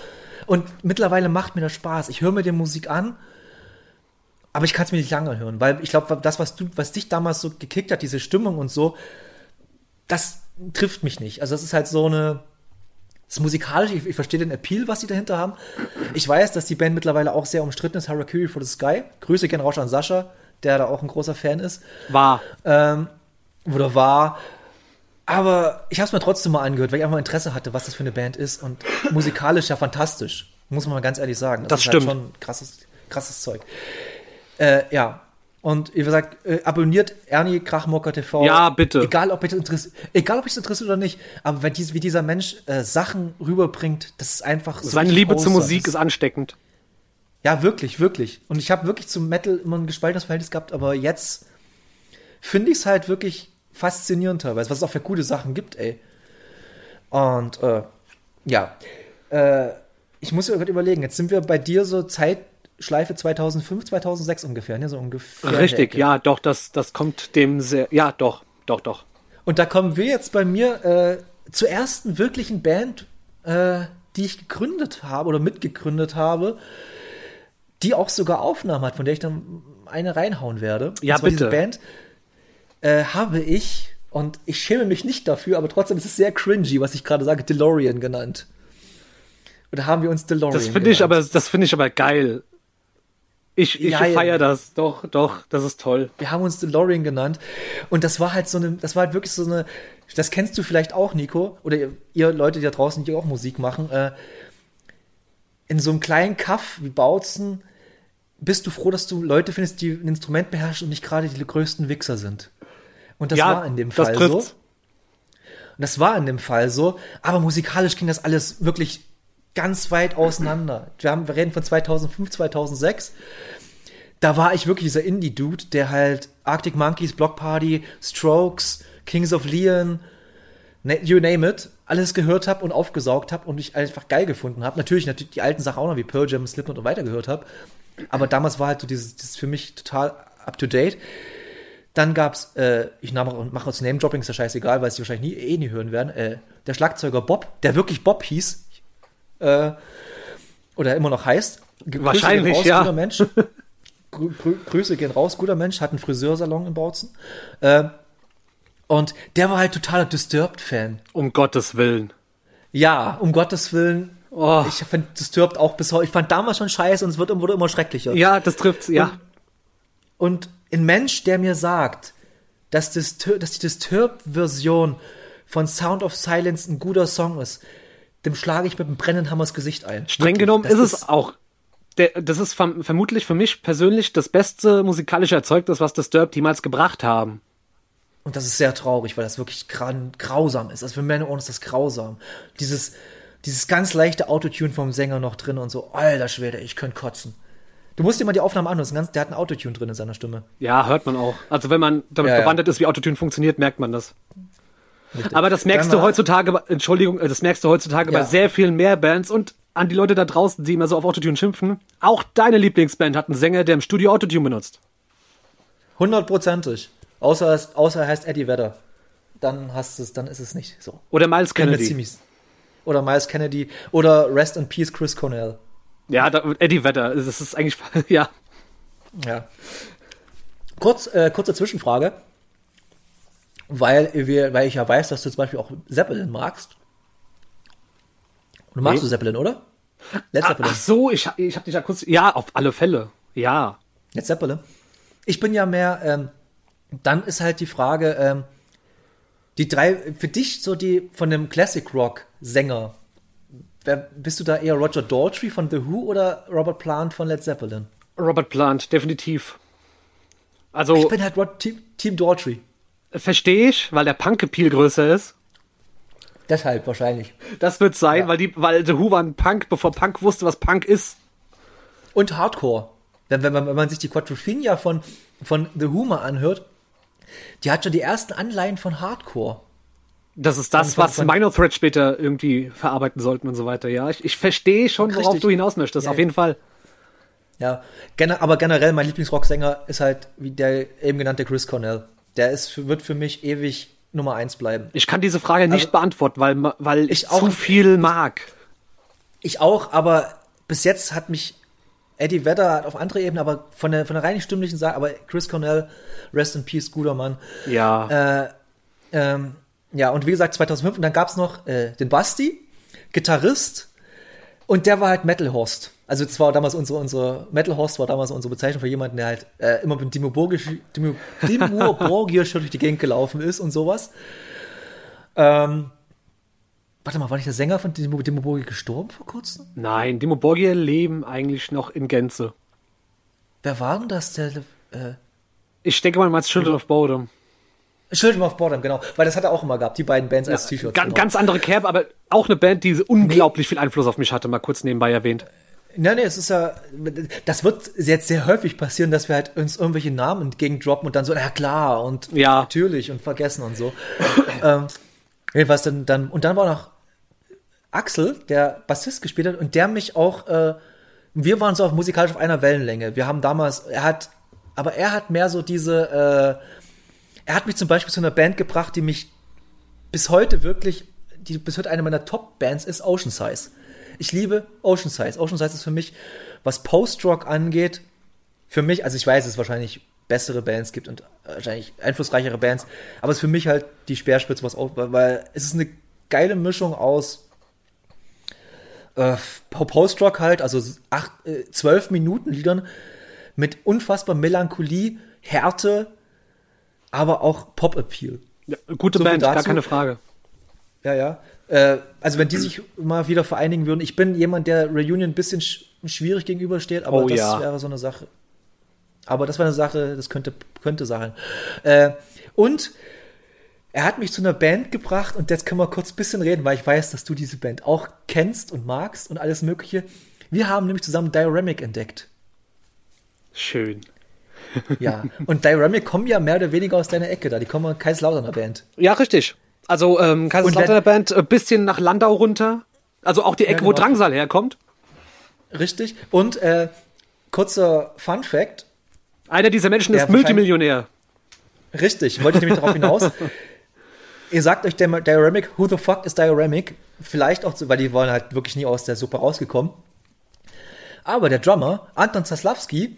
Und mittlerweile macht mir das Spaß. Ich höre mir die Musik an, aber ich kann es mir nicht lange hören, weil ich glaube, das, was du, was dich damals so gekickt hat, diese Stimmung und so, das trifft mich nicht. Also das ist halt so eine, das ist musikalisch, ich, ich verstehe den Appeal, was die dahinter haben. Ich weiß, dass die Band mittlerweile auch sehr umstritten ist, Harakiri for the Sky. Grüße gehen raus an Sascha, der da auch ein großer Fan ist. War. Ähm, oder war. Aber ich habe es mir trotzdem mal angehört, weil ich einfach mal Interesse hatte, was das für eine Band ist. Und musikalisch ja fantastisch, muss man mal ganz ehrlich sagen. Das, das ist stimmt. Halt schon krasses, krasses Zeug. Äh, ja. Und wie gesagt, äh, abonniert Ernie Krachmocker T V. Ja, bitte. Egal, ob euch das interessiert, egal, ob euch das interessiert oder nicht. Aber wenn dies, wie dieser Mensch äh, Sachen rüberbringt, das ist einfach so. Seine Liebe zur Musik ist ansteckend. Ja, wirklich, wirklich. Und ich habe wirklich zum Metal immer ein gespaltenes Verhältnis gehabt, aber jetzt finde ich es halt wirklich faszinierend teilweise, was es auch für gute Sachen gibt, ey. Und, äh, ja. Äh, ich muss mir gerade überlegen, jetzt sind wir bei dir so Zeitschleife zweitausendfünf, zweitausendsechs ungefähr, ne? So ungefähr. Richtig, ja, doch, das, das kommt dem sehr, ja, doch, doch, doch. Und da kommen wir jetzt bei mir äh, zur ersten wirklichen Band, äh, die ich gegründet habe oder mitgegründet habe, die auch sogar Aufnahmen hat, von der ich dann eine reinhauen werde. Ja, und zwar bitte. Diese Band äh, habe ich, und ich schäme mich nicht dafür, aber trotzdem ist es sehr cringy, was ich gerade sage, DeLorean genannt. Oder haben wir uns DeLorean Das finde ich aber, das finde ich aber geil. Ich, ich Ja, feiere ja. das. Doch, doch, das ist toll. Wir haben uns DeLorean genannt. Und das war halt so eine, das war halt wirklich so eine, das kennst du vielleicht auch, Nico, oder ihr, ihr Leute, die da draußen, die auch Musik machen, äh, in so einem kleinen Kaff wie Bautzen bist du froh, dass du Leute findest, die ein Instrument beherrschen und nicht gerade die größten Wichser sind. Und das Ja, war in dem das Fall so. trifft's. Und das war in dem Fall so. Aber musikalisch ging das alles wirklich ganz weit auseinander. Wir, haben, wir reden von zweitausendfünf, zweitausendsechs. Da war ich wirklich dieser Indie-Dude, der halt Arctic Monkeys, Block Party, Strokes, Kings of Leon, you name it, alles gehört habe und aufgesaugt habe und ich einfach geil gefunden habe. Natürlich, natürlich die alten Sachen auch noch, wie Pearl Jam, Slipknot und weiter gehört habe. Aber damals war halt so dieses, dieses für mich total up-to-date. Dann gab's, äh, ich mache jetzt Name-Dropping, ist ja scheißegal, weil sie wahrscheinlich nie, eh nie hören werden, äh, der Schlagzeuger Bob, der wirklich Bob hieß, äh, oder immer noch heißt. Grüße Wahrscheinlich, gehen raus, ja. Guter Mensch. Grü Grü Grüße gehen raus, guter Mensch, hat einen Friseursalon in Bautzen. Äh, und der war halt totaler Disturbed-Fan. Um Gottes Willen. Ja, um Gottes Willen. Oh. Ich finde Disturbed auch bis heute. Ich fand damals schon scheiße und es wird, wurde immer schrecklicher. Ja, das trifft's, ja. Und, und ein Mensch, der mir sagt, dass, Distur dass die Disturbed-Version von Sound of Silence ein guter Song ist, dem schlage ich mit einem brennenden Hammer ins Gesicht ein. Streng Wirklich, genommen das ist es auch. Der, das ist verm vermutlich für mich persönlich das beste musikalische Erzeugnis, was Disturbed jemals gebracht haben. Und das ist sehr traurig, weil das wirklich grausam ist. Also für meine Ohren ist das grausam. Dieses, dieses ganz leichte Autotune vom Sänger noch drin und so. Alter Schwede, ich könnte kotzen. Du musst dir mal die Aufnahme anhören. Ganz, der hat ein Autotune drin in seiner Stimme. Ja, hört man auch. Also wenn man damit Ja, ja. bewandert ist, wie Autotune funktioniert, merkt man das. Richtig. Aber das merkst Dann du mal- heutzutage, Entschuldigung, das merkst du heutzutage Ja. bei sehr vielen mehr Bands und an die Leute da draußen, die immer so auf Autotune schimpfen. Auch deine Lieblingsband hat einen Sänger, der im Studio Autotune benutzt. Hundertprozentig. Außer, es- außer er heißt Eddie Vedder. Dann hast es, dann ist es nicht so. Oder Miles Bin mir Kennedy. ziemlich- Oder Miles Kennedy. Oder Rest in Peace Chris Cornell. Ja, da, Eddie Vedder, das ist eigentlich, ja. Ja. Kurz, äh, kurze Zwischenfrage. Weil, wir, weil ich ja weiß, dass du zum Beispiel auch Zeppelin magst. Du magst Nee. du Zeppelin, oder? Led Ach, Zeppelin. ach so, ich, ich hab dich ja kurz, ja, auf alle Fälle, ja. Led Zeppelin. Ich bin ja mehr, ähm, dann ist halt die Frage, ähm, die drei, für dich so die von dem Classic Rock Sänger, wer, bist du da eher Roger Daltrey von The Who oder Robert Plant von Led Zeppelin? Robert Plant, definitiv. Also, Ich bin halt Rod, Team, Team Daltrey. verstehe ich, weil der Punk-Appeal größer ist. Deshalb wahrscheinlich. Das wird sein, Ja. weil die, weil The Who waren Punk, bevor Punk wusste, was Punk ist. Und Hardcore. Wenn, wenn, man, wenn man sich die Quadrophenia von, von The Who mal anhört, die hat schon die ersten Anleihen von Hardcore. Das ist das, Von- was von- Minor Threat später irgendwie verarbeiten sollten und so weiter. Ja, ich, ich verstehe schon, worauf Richtig. du hinaus möchtest, Ja, auf jeden Fall. Ja, Gen- aber generell mein Lieblingsrocksänger ist halt wie der eben genannte Chris Cornell. Der ist, für- wird für mich ewig Nummer eins bleiben. Ich kann diese Frage nicht Also- beantworten, weil, ma- weil ich, Ich auch zu nicht. viel mag. Ich auch, aber bis jetzt hat mich Eddie Vedder hat auf andere Ebenen, aber von der, von der rein stimmlichen Seite, aber Chris Cornell, Rest in Peace, guter Mann. Ja. Äh, ähm, ja, und wie gesagt, zweitausendfünf, und dann gab's noch äh, den Basti, Gitarrist, und der war halt Metal Horst. Also das war damals unsere, unsere Metal Horst war damals unsere Bezeichnung für jemanden, der halt äh, immer mit Dimmu Borgir durch die Gegend gelaufen ist und sowas. Ähm, warte mal, war nicht der Sänger von Dimmu, Dimmu Borgir gestorben vor kurzem? Nein, Dimmu Borgir leben eigentlich noch in Gänze. Wer war denn das? Der, äh, ich denke mal, du meinst Children of Bodom. Children of Bodom, genau. Weil das hat er auch immer gehabt, die beiden Bands als Ja, T-Shirts. Ganz, genau. ganz andere Kerbe, aber auch eine Band, die unglaublich nee. viel Einfluss auf mich hatte, mal kurz nebenbei erwähnt. Nein, nee, es ist ja, das wird jetzt sehr häufig passieren, dass wir halt uns irgendwelche Namen entgegendroppen und dann so, na klar, und ja. natürlich und vergessen und so. ähm, jedenfalls dann, dann, und dann war noch Axel, der Bassist gespielt hat und der mich auch, äh, wir waren so auf musikalisch auf einer Wellenlänge. Wir haben damals, er hat, aber er hat mehr so diese, äh, er hat mich zum Beispiel zu einer Band gebracht, die mich bis heute wirklich, die bis heute eine meiner Top-Bands ist, Ocean Size. Ich liebe Ocean Size. Ocean Size ist für mich, was Post-Rock angeht, für mich, also ich weiß, dass es wahrscheinlich bessere Bands gibt und wahrscheinlich einflussreichere Bands, aber es ist für mich halt die Speerspitze, was auch, weil es ist eine geile Mischung aus äh, Post-Rock halt, also acht, äh, zwölf Minuten Liedern mit unfassbar Melancholie, Härte, aber auch Pop-Appeal. Ja, gute so Band, gar keine Frage. Ja, ja. Äh, also wenn die sich mal wieder vereinigen würden. Ich bin jemand, der Reunion ein bisschen sch- schwierig gegenübersteht, aber oh, das ja. wäre so eine Sache. Aber das wäre eine Sache, das könnte, könnte sein. Äh, und er hat mich zu einer Band gebracht und jetzt können wir kurz ein bisschen reden, weil ich weiß, dass du diese Band auch kennst und magst und alles Mögliche. Wir haben nämlich zusammen Dioramic entdeckt. Schön. Ja, und Dioramic kommen ja mehr oder weniger aus deiner Ecke da. Die kommen aus Kaiserslauterner Band. Ja, richtig. Also ähm, Kaiserslauterner Band, ein bisschen nach Landau runter. Also auch die Ecke, ja, genau. Wo Drangsal herkommt. Richtig. Und äh, kurzer Fun-Fact. Einer dieser Menschen ist Multimillionär. Richtig, wollte ich nämlich darauf hinaus. Ihr sagt euch der Dioramic, who the fuck is Dioramic? Vielleicht auch, so, weil die waren halt wirklich nie aus der Suppe rausgekommen. Aber der Drummer, Anton Zaslawski,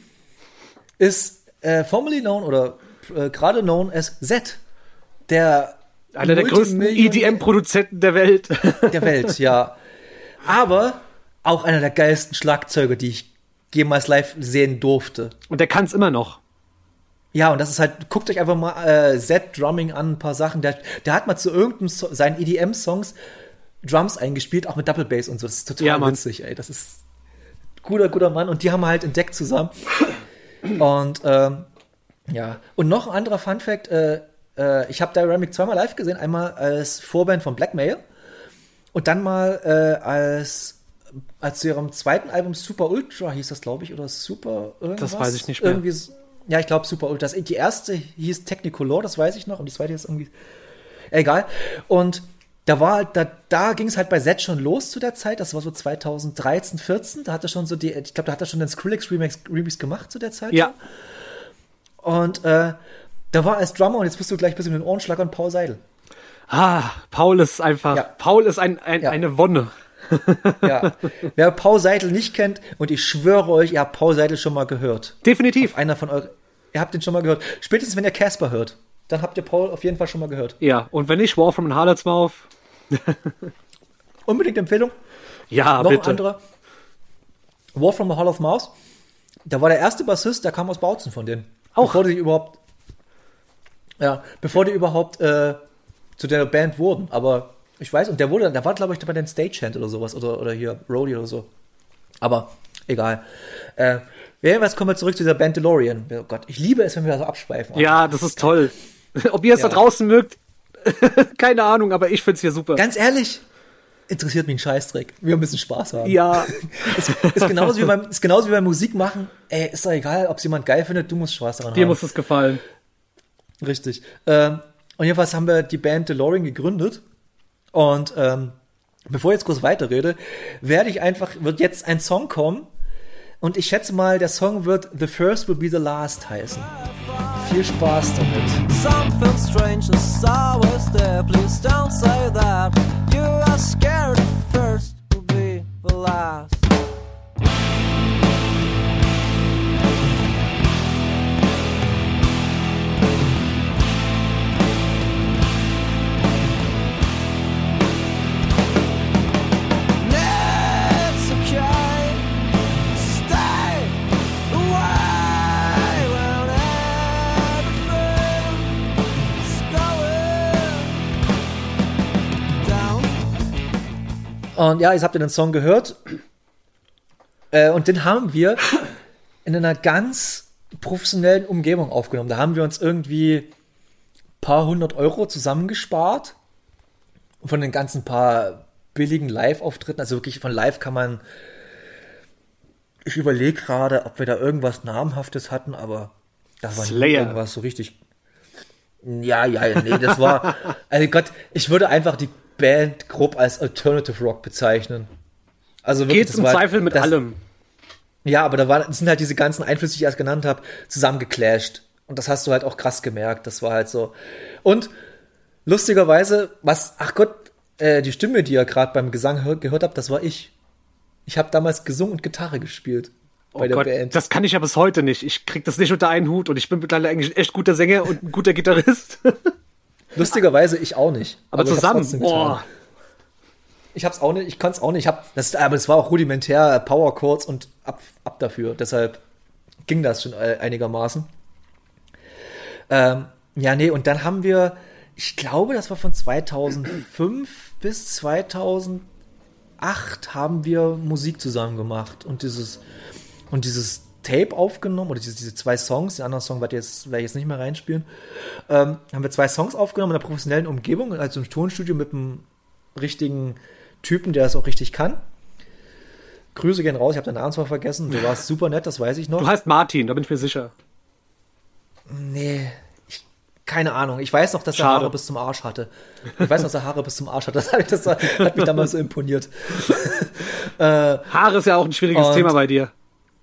ist äh, formerly known oder äh, gerade known as Z. Der einer der größten E D M-Produzenten der Welt. Der Welt, ja. Aber auch einer der geilsten Schlagzeuger, die ich jemals live sehen durfte. Und der kann es immer noch. Ja, und das ist halt, guckt euch einfach mal äh, Z-Drumming an, ein paar Sachen. Der, der hat mal zu irgendeinem so, seinen E D M-Songs Drums eingespielt, auch mit Double Bass und so. Das ist total ja, witzig, ey. Das ist guter, guter Mann. Und die haben wir halt entdeckt zusammen. Und ähm, ja, und noch ein anderer Funfact, äh, äh, ich habe Dioramic zweimal live gesehen, einmal als Vorband von Blackmail und dann mal äh, als als zu ihrem zweiten Album Super Ultra hieß das, glaube ich, oder Super irgendwas. Das weiß ich nicht mehr. Irgendwie, ja, ich glaube Super Ultra. Das, die erste hieß Technicolor, das weiß ich noch, und die zweite ist irgendwie egal. Und da war da, da ging es halt bei Z schon los zu der Zeit, das war so zweitausenddreizehn, vierzehn, da hat er schon so die, ich glaube, da hat er schon den Skrillex Remix, Remix gemacht zu der Zeit. Ja. Und äh, da war als Drummer, und jetzt bist du gleich ein bisschen mit den Ohren schlagern, Paul Seidel. Ah, Paul ist einfach, ja. Paul ist ein, ein, ja. eine Wonne. Ja, wer Paul Seidel nicht kennt, und ich schwöre euch, ihr habt Paul Seidel schon mal gehört. Definitiv. Auf einer von euch, ihr habt den schon mal gehört. Spätestens, wenn ihr Casper hört, dann habt ihr Paul auf jeden Fall schon mal gehört. Ja, und wenn nicht, War from Harlots Mouth. Unbedingt Empfehlung. Ja, noch bitte. Ein anderer. War from the Hall of Mouse. Da war der erste Bassist, der kam aus Bautzen von denen. Auch. Bevor die überhaupt, ja, bevor die überhaupt äh, zu der Band wurden. Aber ich weiß, und der wurde, der war, glaube ich, bei den Stagehand oder sowas. Oder, oder hier, Roadie oder so. Aber egal. Äh, jedenfalls kommen wir zurück zu dieser Band DeLorean. Oh Gott, ich liebe es, wenn wir da so abschweifen. Ja, das ist toll. Ob ihr es ja. da draußen mögt, keine Ahnung, aber ich find's hier super. Ganz ehrlich, interessiert mich ein Scheißdreck. Wir müssen Spaß haben. Ja. ist, ist, genauso wie beim, ist genauso wie beim Musik machen. Ey, ist doch egal, ob es jemand geil findet, du musst Spaß daran Dir haben. Dir muss es gefallen. Richtig. Ähm, und jedenfalls haben wir die Band DeLorean gegründet. Und ähm, bevor ich jetzt kurz weiterrede, werde ich einfach, wird jetzt ein Song kommen. Und ich schätze mal, der Song wird The First Will Be The Last heißen. Viel Spaß damit. Something strange is always there. Please don't say that. You are scared the first will be the last. Und ja, jetzt habt ihr den Song gehört. Äh, und den haben wir in einer ganz professionellen Umgebung aufgenommen. Da haben wir uns irgendwie ein paar hundert Euro zusammengespart. Von den ganzen paar billigen Live-Auftritten. Also wirklich von Live kann man... Ich überlege gerade, ob wir da irgendwas Namhaftes hatten, aber das war nicht irgendwas so richtig... Ja, ja, nee, das war... Also Gott, ich würde einfach die Band grob als Alternative Rock bezeichnen. Also wirklich, Geht's im war, Zweifel mit das, allem. Ja, aber da war, das sind halt diese ganzen Einflüsse, die ich erst genannt habe, zusammengeclasht. Und das hast du halt auch krass gemerkt. Das war halt so. Und lustigerweise, was, ach Gott, äh, die Stimme, die ihr gerade beim Gesang hör, gehört habt, das war ich. Ich habe damals gesungen und Gitarre gespielt. Bei oh der Gott, Band. Das kann ich ja bis heute nicht. Ich krieg das nicht unter einen Hut und ich bin mittlerweile eigentlich ein echt guter Sänger und ein guter Gitarrist. Lustigerweise ich auch nicht. Aber, aber zusammen, boah. Ich hab's auch nicht, ich kann's auch nicht. Ich hab, das, aber es war auch rudimentär, Power Chords und ab, ab dafür. Deshalb ging das schon einigermaßen. Ähm, ja, nee, und dann haben wir, ich glaube, das war von zweitausendfünf bis zweitausendacht haben wir Musik zusammen gemacht und dieses, und dieses Tape aufgenommen, oder diese, diese zwei Songs, den anderen Song werde ich jetzt, werde ich jetzt nicht mehr reinspielen, ähm, haben wir zwei Songs aufgenommen in einer professionellen Umgebung, also im Tonstudio mit einem richtigen Typen, der das auch richtig kann. Grüße gehen raus, ich habe deinen Namen zwar vergessen, du warst super nett, das weiß ich noch. Du heißt Martin, da bin ich mir sicher. Nee, ich, keine Ahnung. Ich weiß noch, dass er Haare bis zum Arsch hatte. Ich weiß noch, dass er Haare bis zum Arsch hatte. Das, das hat mich damals so imponiert. äh, Haare ist ja auch ein schwieriges Thema bei dir.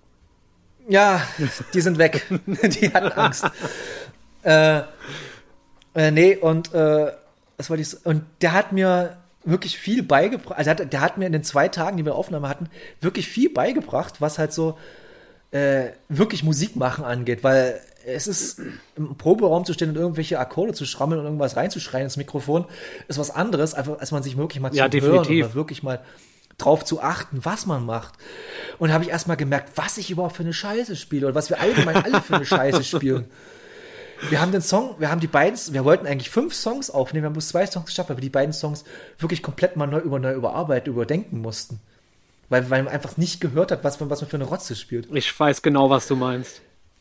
Ja, die sind weg. Die hatten Angst. äh, äh, nee, und äh, was war dies? Und der hat mir wirklich viel beigebracht. Also hat, der hat mir in den zwei Tagen, die wir Aufnahme hatten, wirklich viel beigebracht, was halt so äh, wirklich Musik machen angeht, weil es ist, im Proberaum zu stehen und irgendwelche Akkorde zu schrammeln und irgendwas reinzuschreien ins Mikrofon, ist was anderes, einfach, als man sich wirklich mal ja, zu hören oder wirklich mal drauf zu achten, was man macht. Und da habe ich erst mal gemerkt, was ich überhaupt für eine Scheiße spiele oder was wir allgemein alle für eine Scheiße spielen. Wir haben den Song, wir haben die beiden, wir wollten eigentlich fünf Songs aufnehmen, wir haben bloß zwei Songs geschafft, weil wir die beiden Songs wirklich komplett mal neu, über, neu überarbeiten, überdenken mussten. Weil, weil man einfach nicht gehört hat, was man, was man für eine Rotze spielt. Ich weiß genau, was du meinst.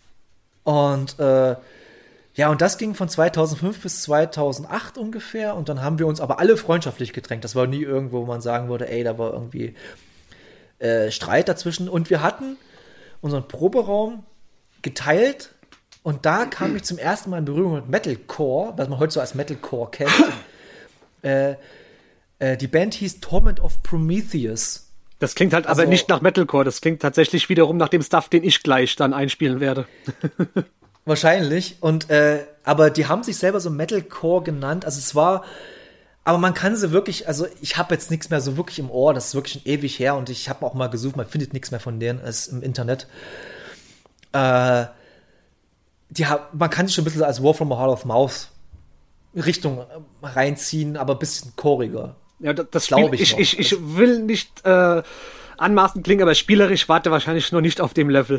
Und äh, ja, und das ging von zweitausendfünf bis zweitausendacht ungefähr. Und dann haben wir uns aber alle freundschaftlich gedrängt. Das war nie irgendwo, wo man sagen würde, ey, da war irgendwie äh, Streit dazwischen. Und wir hatten unseren Proberaum geteilt. Und da kam ich zum ersten Mal in Berührung mit Metalcore, was man heute so als Metalcore kennt. äh, äh, die Band hieß Torment of Prometheus. Das klingt halt also, aber nicht nach Metalcore. Das klingt tatsächlich wiederum nach dem Stuff, den ich gleich dann einspielen werde. Wahrscheinlich. Und äh, aber die haben sich selber so Metalcore genannt. Also es war, aber man kann sie wirklich, also ich habe jetzt nichts mehr so wirklich im Ohr. Das ist wirklich schon ewig her. Und ich habe auch mal gesucht, man findet nichts mehr von denen als im Internet. Äh, die, man kann sich schon ein bisschen als War from a Heart of Mouth Richtung reinziehen, aber ein bisschen choriger. Ja, das, das glaube ich. Ich, ich, ich will nicht äh, anmaßend klingen, aber spielerisch warte wahrscheinlich noch nicht auf dem Level.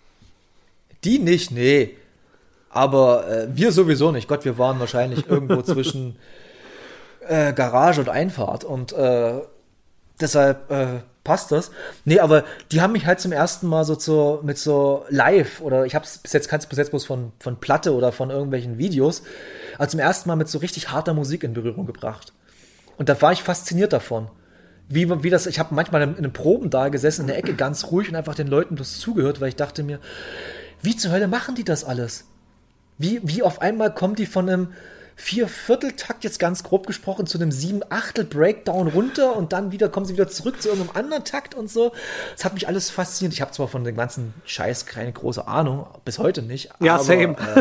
Die nicht, nee. Aber äh, wir sowieso nicht. Gott, wir waren wahrscheinlich irgendwo zwischen äh, Garage und Einfahrt und äh, deshalb äh, passt das. Nee, aber die haben mich halt zum ersten Mal so zu, mit so live oder ich hab's bis jetzt, kann's bis jetzt bloß von, von Platte oder von irgendwelchen Videos, aber zum ersten Mal mit so richtig harter Musik in Berührung gebracht. Und da war ich fasziniert davon. Wie, wie das, ich habe manchmal in den Proben da gesessen, in der Ecke ganz ruhig und einfach den Leuten das zugehört, weil ich dachte mir, wie zur Hölle machen die das alles? Wie, wie auf einmal kommen die von einem Vier-Viertel-Takt, jetzt ganz grob gesprochen, zu einem Sieben-Achtel-Breakdown runter und dann wieder kommen sie wieder zurück zu irgendeinem anderen Takt und so. Das hat mich alles fasziniert. Ich habe zwar von dem ganzen Scheiß keine große Ahnung, bis heute nicht. Ja, aber, same. Äh,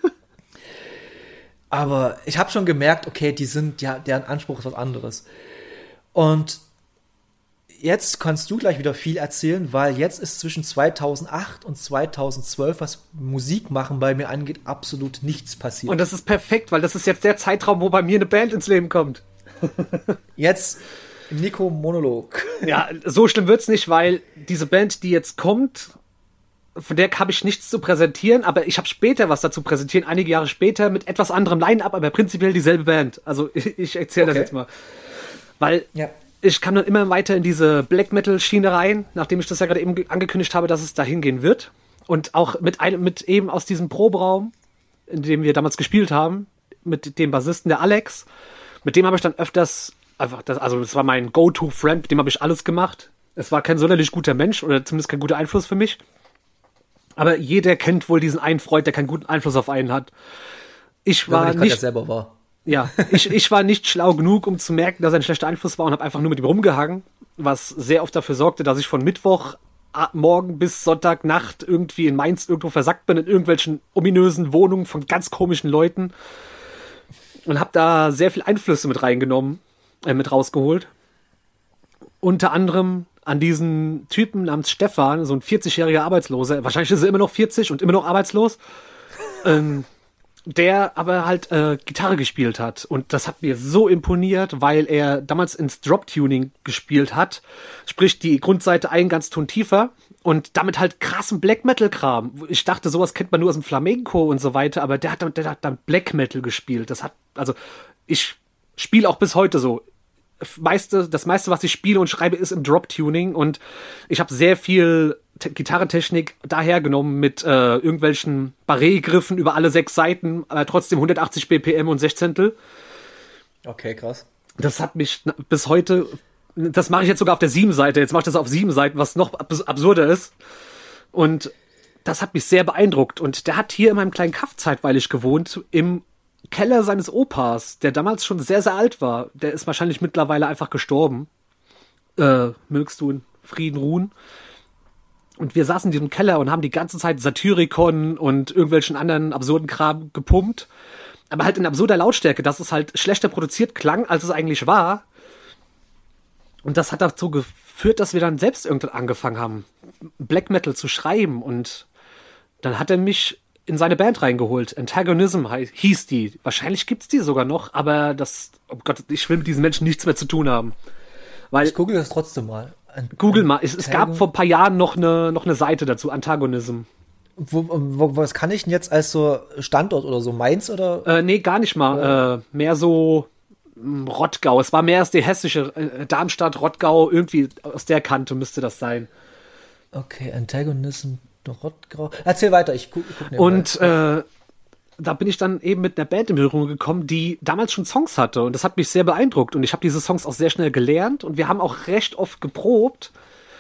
aber ich habe schon gemerkt, okay, die sind, ja, deren Anspruch ist was anderes. Und jetzt kannst du gleich wieder viel erzählen, weil jetzt ist zwischen zweitausendacht und zweitausendzwölf, was Musik machen bei mir angeht, absolut nichts passiert. Und das ist perfekt, weil das ist jetzt der Zeitraum, wo bei mir eine Band ins Leben kommt. Jetzt Nico Monolog. Ja, so schlimm wird's nicht, weil diese Band, die jetzt kommt, von der habe ich nichts zu präsentieren, aber ich habe später was dazu präsentieren, einige Jahre später mit etwas anderem Line-Up, aber prinzipiell dieselbe Band. Also ich, ich erzähle okay. das jetzt mal. Weil ja. ich kam dann immer weiter in diese Black Metal Schiene rein, nachdem ich das ja gerade eben angekündigt habe, dass es dahin gehen wird. Und auch mit einem, mit eben aus diesem Proberaum, in dem wir damals gespielt haben, mit dem Bassisten, der Alex, mit dem habe ich dann öfters einfach, das, also das war mein Go-To-Friend, mit dem habe ich alles gemacht. Es war kein sonderlich guter Mensch oder zumindest kein guter Einfluss für mich. Aber jeder kennt wohl diesen einen Freund, der keinen guten Einfluss auf einen hat. Ich war ich nicht, ja selber war. ja, ich, ich war nicht schlau genug, um zu merken, dass er ein schlechter Einfluss war und habe einfach nur mit ihm rumgehangen, was sehr oft dafür sorgte, dass ich von Mittwoch morgen bis Sonntagnacht irgendwie in Mainz irgendwo versackt bin, in irgendwelchen ominösen Wohnungen von ganz komischen Leuten und habe da sehr viel Einflüsse mit reingenommen, äh, mit rausgeholt. Unter anderem an diesen Typen namens Stefan, so ein vierzigjähriger Arbeitsloser, wahrscheinlich ist er immer noch vierzig und immer noch arbeitslos, ähm, der aber halt äh, Gitarre gespielt hat. Und das hat mir so imponiert, weil er damals ins Drop-Tuning gespielt hat. Sprich, die Grundseite einen ganz Ton tiefer und damit halt krassen Black-Metal-Kram. Ich dachte, sowas kennt man nur aus dem Flamenco und so weiter, aber der hat, dann- der hat dann Black-Metal gespielt. Das hat, also, ich spiele auch bis heute so. Meiste, das meiste, was ich spiele und schreibe, ist im Drop-Tuning und ich habe sehr viel Te- Gitarrentechnik dahergenommen mit äh, irgendwelchen Barré-Griffen über alle sechs Seiten, aber trotzdem hundertachtzig B P M und Sechzehntel. Okay, krass. Das hat mich na- bis heute, das mache ich jetzt sogar auf der sieben Seite, jetzt mache ich das auf sieben Seiten, was noch abs- absurder ist. Und das hat mich sehr beeindruckt. Und der hat hier in meinem kleinen Kaff zeitweilig gewohnt, im Keller seines Opas, der damals schon sehr, sehr alt war. Der ist wahrscheinlich mittlerweile einfach gestorben. Äh, mögst du in Frieden ruhen. Und wir saßen in diesem Keller und haben die ganze Zeit Satyricon und irgendwelchen anderen absurden Kram gepumpt. Aber halt in absurder Lautstärke, dass es halt schlechter produziert klang, als es eigentlich war. Und das hat dazu geführt, dass wir dann selbst irgendwann angefangen haben, Black Metal zu schreiben. Und dann hat er mich in seine Band reingeholt. Antagonism hei- hieß die. Wahrscheinlich gibt's die sogar noch, aber das, oh Gott, ich will mit diesen Menschen nichts mehr zu tun haben. Weil, Ich google das trotzdem mal. An- Google mal, es, es gab Antagon- vor ein paar Jahren noch eine, noch eine Seite dazu, Antagonism. Wo, wo, was kann ich denn jetzt als so Standort oder so? Mainz oder? Äh, nee, gar nicht mal. Äh, mehr so mh, Rottgau. Es war mehr als die hessische, äh, Darmstadt, Rottgau, irgendwie aus der Kante müsste das sein. Okay, Antagonism, Rottgau. Erzähl weiter, ich guck, guck nebenbei. Und äh, da bin ich dann eben mit einer Band in Berührung gekommen, die damals schon Songs hatte. Und das hat mich sehr beeindruckt. Und ich habe diese Songs auch sehr schnell gelernt. Und wir haben auch recht oft geprobt.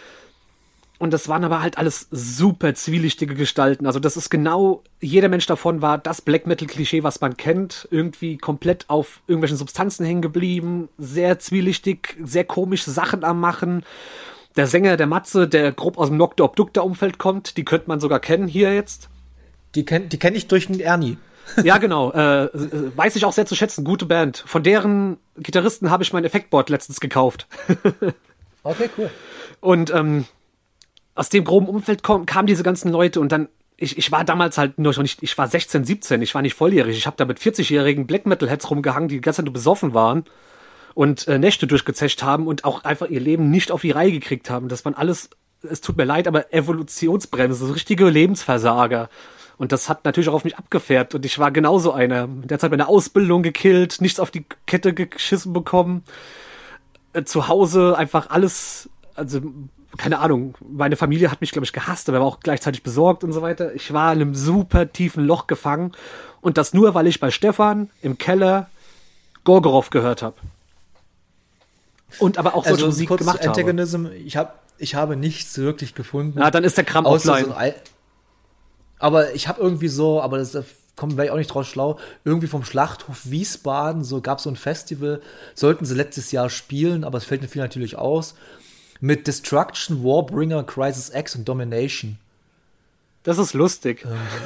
Und das waren aber halt alles super zwielichtige Gestalten. Also das ist genau, jeder Mensch davon war das Black Metal-Klischee, was man kennt. Irgendwie komplett auf irgendwelchen Substanzen hängen geblieben. Sehr zwielichtig, sehr komisch Sachen am Machen. Der Sänger, der Matze, der grob aus dem Nocta-Obducta-Umfeld kommt, die könnte man sogar kennen hier jetzt. Die kenne die kenn ich durch den Ernie. Ja, genau. Äh, äh, weiß ich auch sehr zu schätzen. Gute Band. Von deren Gitarristen habe ich mein Effektboard letztens gekauft. Okay, cool. Und ähm, aus dem groben Umfeld kom- kamen diese ganzen Leute und dann, ich, ich war damals halt noch nicht, ich war sechzehn, siebzehn, ich war nicht volljährig. Ich habe da mit vierzig-jährigen Black Metal-Heads rumgehangen, die die ganze Zeit nur besoffen waren und äh, Nächte durchgezescht haben und auch einfach ihr Leben nicht auf die Reihe gekriegt haben. Das waren alles, es tut mir leid, aber Evolutionsbremse, so richtige Lebensversager. Und das hat natürlich auch auf mich abgefärbt. Und ich war genauso einer. Derzeit meine Ausbildung gekillt, nichts auf die Kette geschissen bekommen. Äh, zu Hause einfach alles, also keine Ahnung, meine Familie hat mich, glaube ich, gehasst, aber war auch gleichzeitig besorgt und so weiter. Ich war in einem super tiefen Loch gefangen. Und das nur, weil ich bei Stefan im Keller Gorgoroth gehört habe. Und aber auch solche Also Musik kurz gemacht zu habe. Antagonism, ich habe ich habe nichts wirklich gefunden. Ja, dann ist der Kram Außer offline. so ein Al- aber ich habe irgendwie so, aber das da kommen wir auch nicht draus schlau, irgendwie vom Schlachthof Wiesbaden, so gab es so ein Festival, sollten sie letztes Jahr spielen, aber es fällt mir viel natürlich aus, mit Destruction, Warbringer, Crisis X und Domination. Das ist lustig.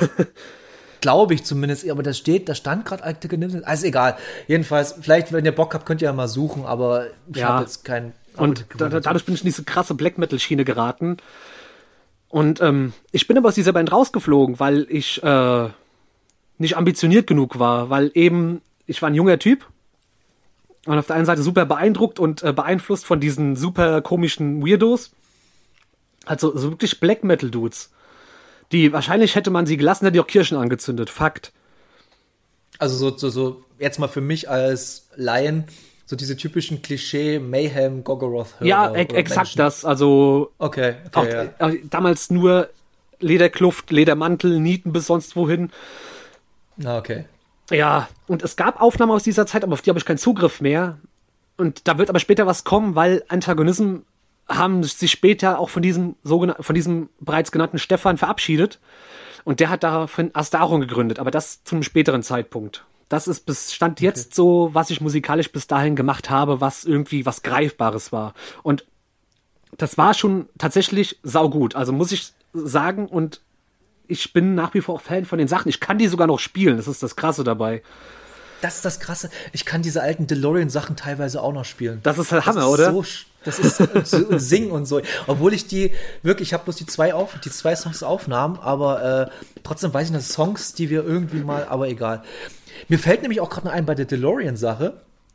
Glaube ich zumindest, aber da steht, da stand gerade Antagonism, also egal. Jedenfalls, vielleicht, wenn ihr Bock habt, könnt ihr ja mal suchen, aber ich Ja. habe jetzt keinen. Und da, da, dadurch bin ich in diese krasse Black Metal Schiene geraten. Und ähm, ich bin aber aus dieser Band rausgeflogen, weil ich äh, nicht ambitioniert genug war, weil eben ich war ein junger Typ und auf der einen Seite super beeindruckt und äh, beeinflusst von diesen super komischen Weirdos. Also so wirklich Black Metal Dudes. Die wahrscheinlich hätte man sie gelassen, hätte die auch Kirchen angezündet. Fakt. Also so, so, so, jetzt mal für mich als Laien, So diese typischen Klischee Mayhem Gogoroth Hörer. Ja, e- exakt Menschen. das. Also Okay, okay auch, ja. äh, damals nur Lederkluft, Ledermantel, Nieten bis sonst wohin. Ah, okay. Ja, und es gab Aufnahmen aus dieser Zeit, aber auf die habe ich keinen Zugriff mehr. Und da wird aber später was kommen, weil Antagonism haben sich später auch von diesem sogenannten, von diesem bereits genannten Stefan verabschiedet. Und der hat daraufhin Astaron gegründet, aber das zu einem späteren Zeitpunkt. Das ist bis Stand okay. jetzt so, was ich musikalisch bis dahin gemacht habe, was irgendwie was Greifbares war. Und das war schon tatsächlich saugut. Also muss ich sagen, und ich bin nach wie vor auch Fan von den Sachen. Ich kann die sogar noch spielen, das ist das Krasse dabei. Das ist das Krasse. Ich kann diese alten DeLorean-Sachen teilweise auch noch spielen. Das ist der Hammer, das ist oder? So, das ist so, und, und singen und so. Obwohl ich die wirklich, ich habe bloß die zwei auf, die zwei Songs aufnahmen, aber äh, trotzdem weiß ich noch Songs, die wir irgendwie mal, aber egal. Mir fällt nämlich auch gerade noch ein bei der DeLorean-Sache.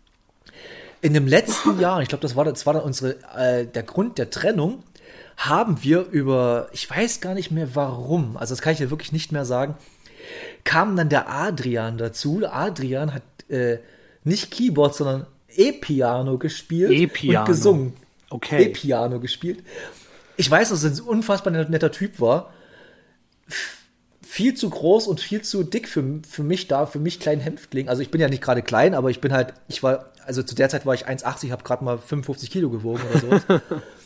In dem letzten Jahr, ich glaube, das war, das war dann unsere, äh, der Grund der Trennung, haben wir über, ich weiß gar nicht mehr warum, also das kann ich ja wirklich nicht mehr sagen, kam dann der Adrian dazu. Adrian hat äh, nicht Keyboard, sondern E-Piano gespielt E-Piano. und gesungen. Okay. E-Piano gespielt. Ich weiß, dass er ein unfassbar netter Typ war. Viel zu groß und viel zu dick für, für mich da, für mich kleinen Hämpfling. Also ich bin ja nicht gerade klein, aber ich bin halt, ich war, also zu der Zeit war ich eins Komma achtzig, habe gerade mal fünfundfünfzig Kilo gewogen oder sowas.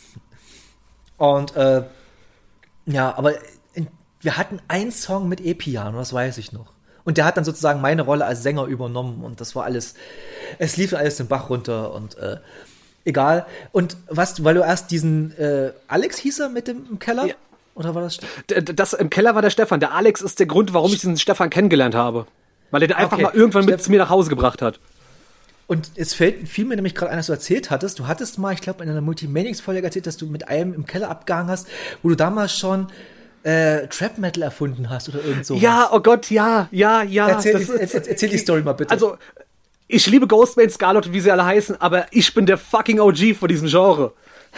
Und äh, ja, aber in, wir hatten einen Song mit E-Piano, das weiß ich noch. Und der hat dann sozusagen meine Rolle als Sänger übernommen und das war alles, es lief alles den Bach runter und äh, egal. Und was, weil du erst diesen, äh, Alex hieß er mit dem im Keller? Ja. Oder war das? D- Das im Keller war der Stefan. Der Alex ist der Grund, warum ich diesen Stefan kennengelernt habe. Weil er den einfach Okay. mal irgendwann mit Steff- zu mir nach Hause gebracht hat. Und es fällt, fiel mir nämlich gerade ein, dass du erzählt hattest, du hattest mal, ich glaube, in einer Multimaniacs-Folge erzählt, dass du mit einem im Keller abgehangen hast, wo du damals schon äh, Trap-Metal erfunden hast oder irgend sowas. Ja, oh Gott, ja, ja, ja. Erzähl, Das ist- erzähl, erzähl die Story mal bitte. Also, ich liebe Ghostbane, Scarlet und wie sie alle heißen, aber ich bin der fucking O G von diesem Genre.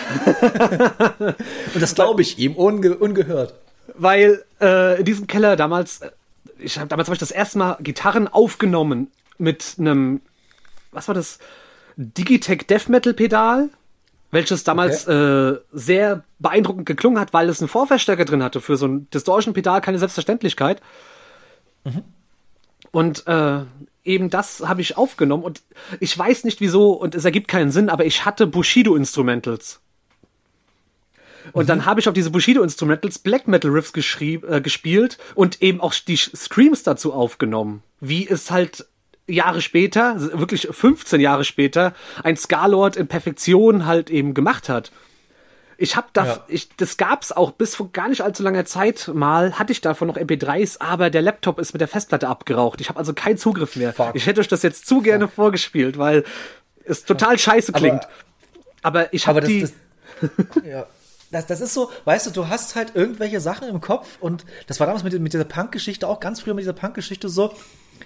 und das glaube ich ihm, unge ungehört. Weil äh, in diesem Keller damals, äh, ich hab, damals habe ich das erste Mal Gitarren aufgenommen mit einem, was war das, Digitech Death Metal Pedal, welches damals äh, sehr beeindruckend geklungen hat, weil es einen Vorverstärker drin hatte. Für so ein Distortion Pedal keine Selbstverständlichkeit. Mhm. Und äh, eben das habe ich aufgenommen und ich weiß nicht wieso und es ergibt keinen Sinn, aber ich hatte Bushido Instrumentals. Und mhm. dann habe ich auf diese Bushido Instrumentals Black Metal Riffs geschrieb, äh, gespielt und eben auch die Screams dazu aufgenommen. Wie es halt Jahre später, wirklich fünfzehn Jahre später, ein Scarlord in Perfektion halt eben gemacht hat. Ich hab da, Ja. ich, das gab's auch bis vor gar nicht allzu langer Zeit mal, hatte ich davon noch M P dreis, aber der Laptop ist mit der Festplatte abgeraucht. Ich habe also keinen Zugriff mehr. Fuck. Ich hätte euch das jetzt zu gerne Fuck. vorgespielt, weil es total scheiße klingt. Aber, aber ich habe Aber das, die... das, ja. das, das ist so, weißt du, du hast halt irgendwelche Sachen im Kopf und das war damals mit, mit dieser Punk-Geschichte, auch ganz früher mit dieser Punk-Geschichte so.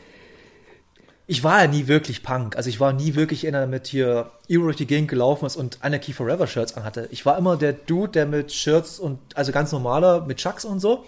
Ich war ja nie wirklich Punk. Also ich war nie wirklich einer, der mit hier Iro durch die Gegend gelaufen ist und Anarchy Forever Shirts anhatte. Ich war immer der Dude, der mit Shirts und, also ganz normaler, mit Chucks und so.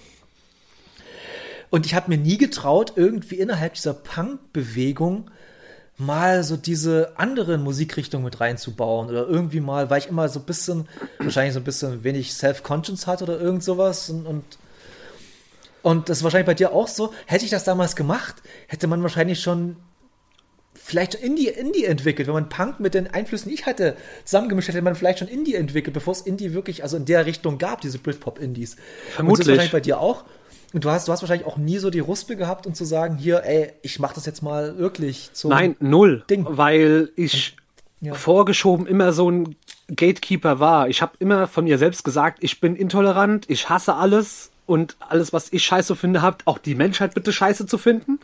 Und ich habe mir nie getraut, irgendwie innerhalb dieser Punk-Bewegung mal so diese anderen Musikrichtungen mit reinzubauen oder irgendwie mal, weil ich immer so ein bisschen, wahrscheinlich so ein bisschen wenig Self-Conscious hatte oder irgend sowas und, und und das ist wahrscheinlich bei dir auch so. Hätte ich das damals gemacht, hätte man wahrscheinlich schon vielleicht Indie, Indie entwickelt. Wenn man Punk mit den Einflüssen, die ich hatte, zusammengemischt hätte, hätte man vielleicht schon Indie entwickelt, bevor es Indie wirklich, also in der Richtung gab, diese Britpop-Indies. Vermutlich. Und das ist wahrscheinlich bei dir auch. Und du hast, du hast wahrscheinlich auch nie so die Ruspe gehabt, um zu sagen, hier, ey, ich mach das jetzt mal wirklich zum Nein, null. Ding. Weil ich Ja. vorgeschoben immer so ein Gatekeeper war. Ich habe immer von mir selbst gesagt, ich bin intolerant, ich hasse alles und alles, was ich scheiße finde, habt auch die Menschheit bitte scheiße zu finden.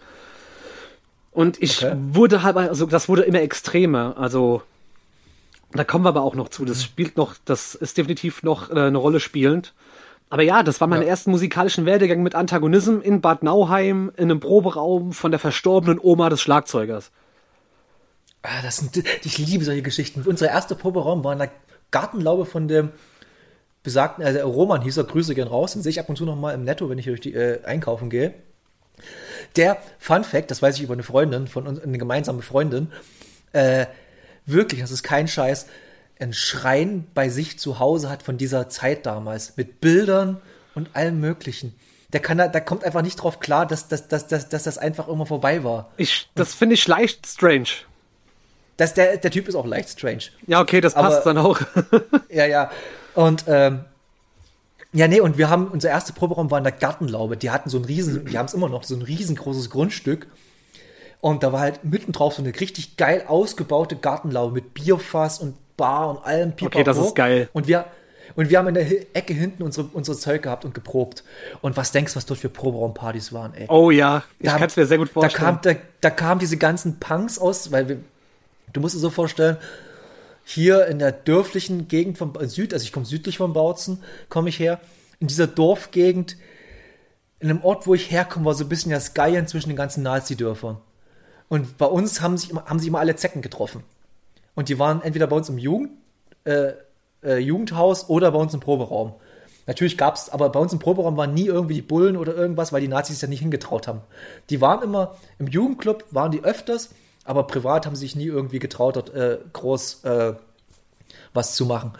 Und ich Okay. wurde halt, also das wurde immer extremer. Also da kommen wir aber auch noch zu. Das spielt noch, das ist definitiv noch äh, eine Rolle spielend. Aber ja, das war meine Ja. ersten musikalischen Werdegang mit Antagonism in Bad Nauheim in einem Proberaum von der verstorbenen Oma des Schlagzeugers. Ah, das sind, ich liebe solche Geschichten. Unser erster Proberaum war in der Gartenlaube von dem besagten, also Roman hieß er, Grüße gern raus, den sehe ich ab und zu noch mal im Netto, wenn ich durch die äh, einkaufen gehe. Der, Fun Fact, das weiß ich über eine Freundin, von uns, eine gemeinsame Freundin, äh, wirklich, das ist kein Scheiß, einen Schrein bei sich zu Hause hat von dieser Zeit damals. Mit Bildern und allem Möglichen. Der kann da, da kommt einfach nicht drauf klar, dass, dass, dass, dass, dass das einfach immer vorbei war. Ich, das finde ich leicht strange. Das, der, der Typ ist auch leicht strange. Ja, okay, das passt Aber, dann auch. Ja, ja. Und, ähm, ja, nee, und wir haben, unser erster Proberaum war in der Gartenlaube. Die hatten so ein riesen, die haben es immer noch, so ein riesengroßes Grundstück. Und da war halt mitten drauf so eine richtig geil ausgebaute Gartenlaube mit Bierfass und Bar und allem Pipapo. Okay, das ist geil. Und wir, und wir haben in der Ecke hinten unsere, unsere Zeug gehabt und geprobt. Und was denkst du, was dort für Proberaumpartys waren, ey? Oh ja, ich Da- kann es mir sehr gut Da, vorstellen. kam, da, da kamen diese ganzen Punks aus, weil wir, du musst dir so vorstellen, hier in der dörflichen Gegend von Süd, also ich komme südlich von Bautzen, komme ich her, in dieser Dorfgegend, in einem Ort, wo ich herkomme, war so ein bisschen das Geiern zwischen den ganzen Nazi-Dörfern. Und bei uns haben sich, immer, haben sich immer alle Zecken getroffen. Und die waren entweder bei uns im Jugend, äh, äh, Jugendhaus oder bei uns im Proberaum. Natürlich gab es, aber bei uns im Proberaum waren nie irgendwie die Bullen oder irgendwas, weil die Nazis sich ja nicht hingetraut haben. Die waren immer, im Jugendclub waren die öfters, aber privat haben sie sich nie irgendwie getraut, dort äh, groß äh, was zu machen.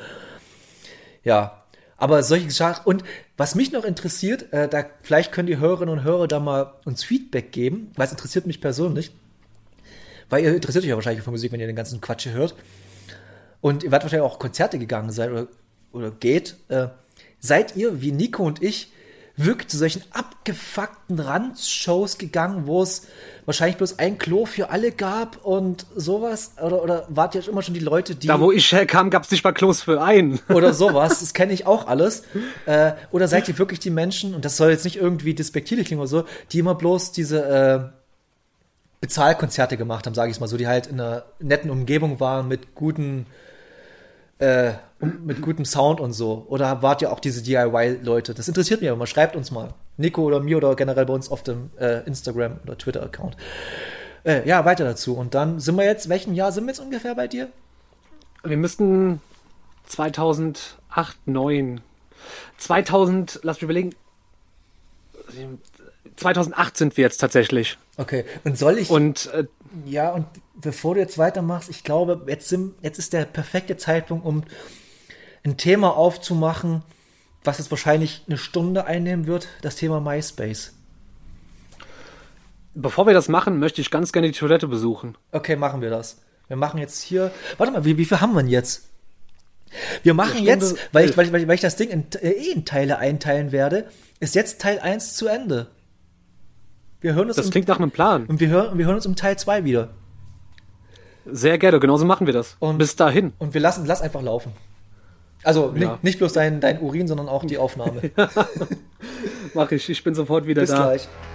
Ja, aber solche Sachen. Und was mich noch interessiert, äh, da vielleicht können die Hörerinnen und Hörer da mal uns Feedback geben, weil es interessiert mich persönlich, weil ihr interessiert euch ja wahrscheinlich für Musik, wenn ihr den ganzen Quatsch hier hört. Und ihr werdet wahrscheinlich auch Konzerte gegangen sein oder, oder geht. Äh, seid ihr, wie Nico und ich, wirklich zu solchen abgefuckten Randshows gegangen, wo es wahrscheinlich bloß ein Klo für alle gab und sowas? Oder, oder wart ihr immer schon die Leute, die... Da, wo ich herkam, gab es nicht mal Klos für einen. oder sowas, das kenne ich auch alles. Äh, oder seid ihr wirklich die Menschen, und das soll jetzt nicht irgendwie despektierlich klingen oder so, die immer bloß diese äh, Bezahlkonzerte gemacht haben, sage ich mal so, die halt in einer netten Umgebung waren mit guten äh, mit gutem Sound und so. Oder wart ihr auch diese D I Y-Leute? Das interessiert mich aber mal. Schreibt uns mal. Nico oder mir oder generell bei uns auf dem äh, Instagram- oder Twitter-Account. Äh, ja, weiter dazu. Und dann sind wir jetzt, welchem Jahr sind wir jetzt ungefähr bei dir? Wir müssten zweitausendacht, neun, zweitausend, lass mich überlegen, zweitausendacht sind wir jetzt tatsächlich. Okay. Und soll ich... Und äh, Ja, und bevor du jetzt weitermachst, ich glaube, jetzt, sind, jetzt ist der perfekte Zeitpunkt, um ein Thema aufzumachen, was jetzt wahrscheinlich eine Stunde einnehmen wird, das Thema MySpace. bevor wir das machen, möchte ich ganz gerne die Toilette besuchen. Okay, machen wir das. Wir machen jetzt hier, warte mal, wie, wie viel haben wir denn jetzt? Wir machen Eine Stunde jetzt, weil ich, elf. weil, ich, weil ich das Ding in, äh, eh in Teile einteilen werde, ist jetzt Teil eins zu Ende. Wir hören uns Das im, klingt nach einem Plan. und wir hören, wir hören uns im Teil zwei wieder. Sehr gerne, genauso machen wir das. Und- Bis dahin. Und wir lassen, lass einfach laufen. Also Ja. nicht, nicht bloß dein, dein Urin, sondern auch die Aufnahme. Mach ich, ich bin sofort wieder Bis da. gleich.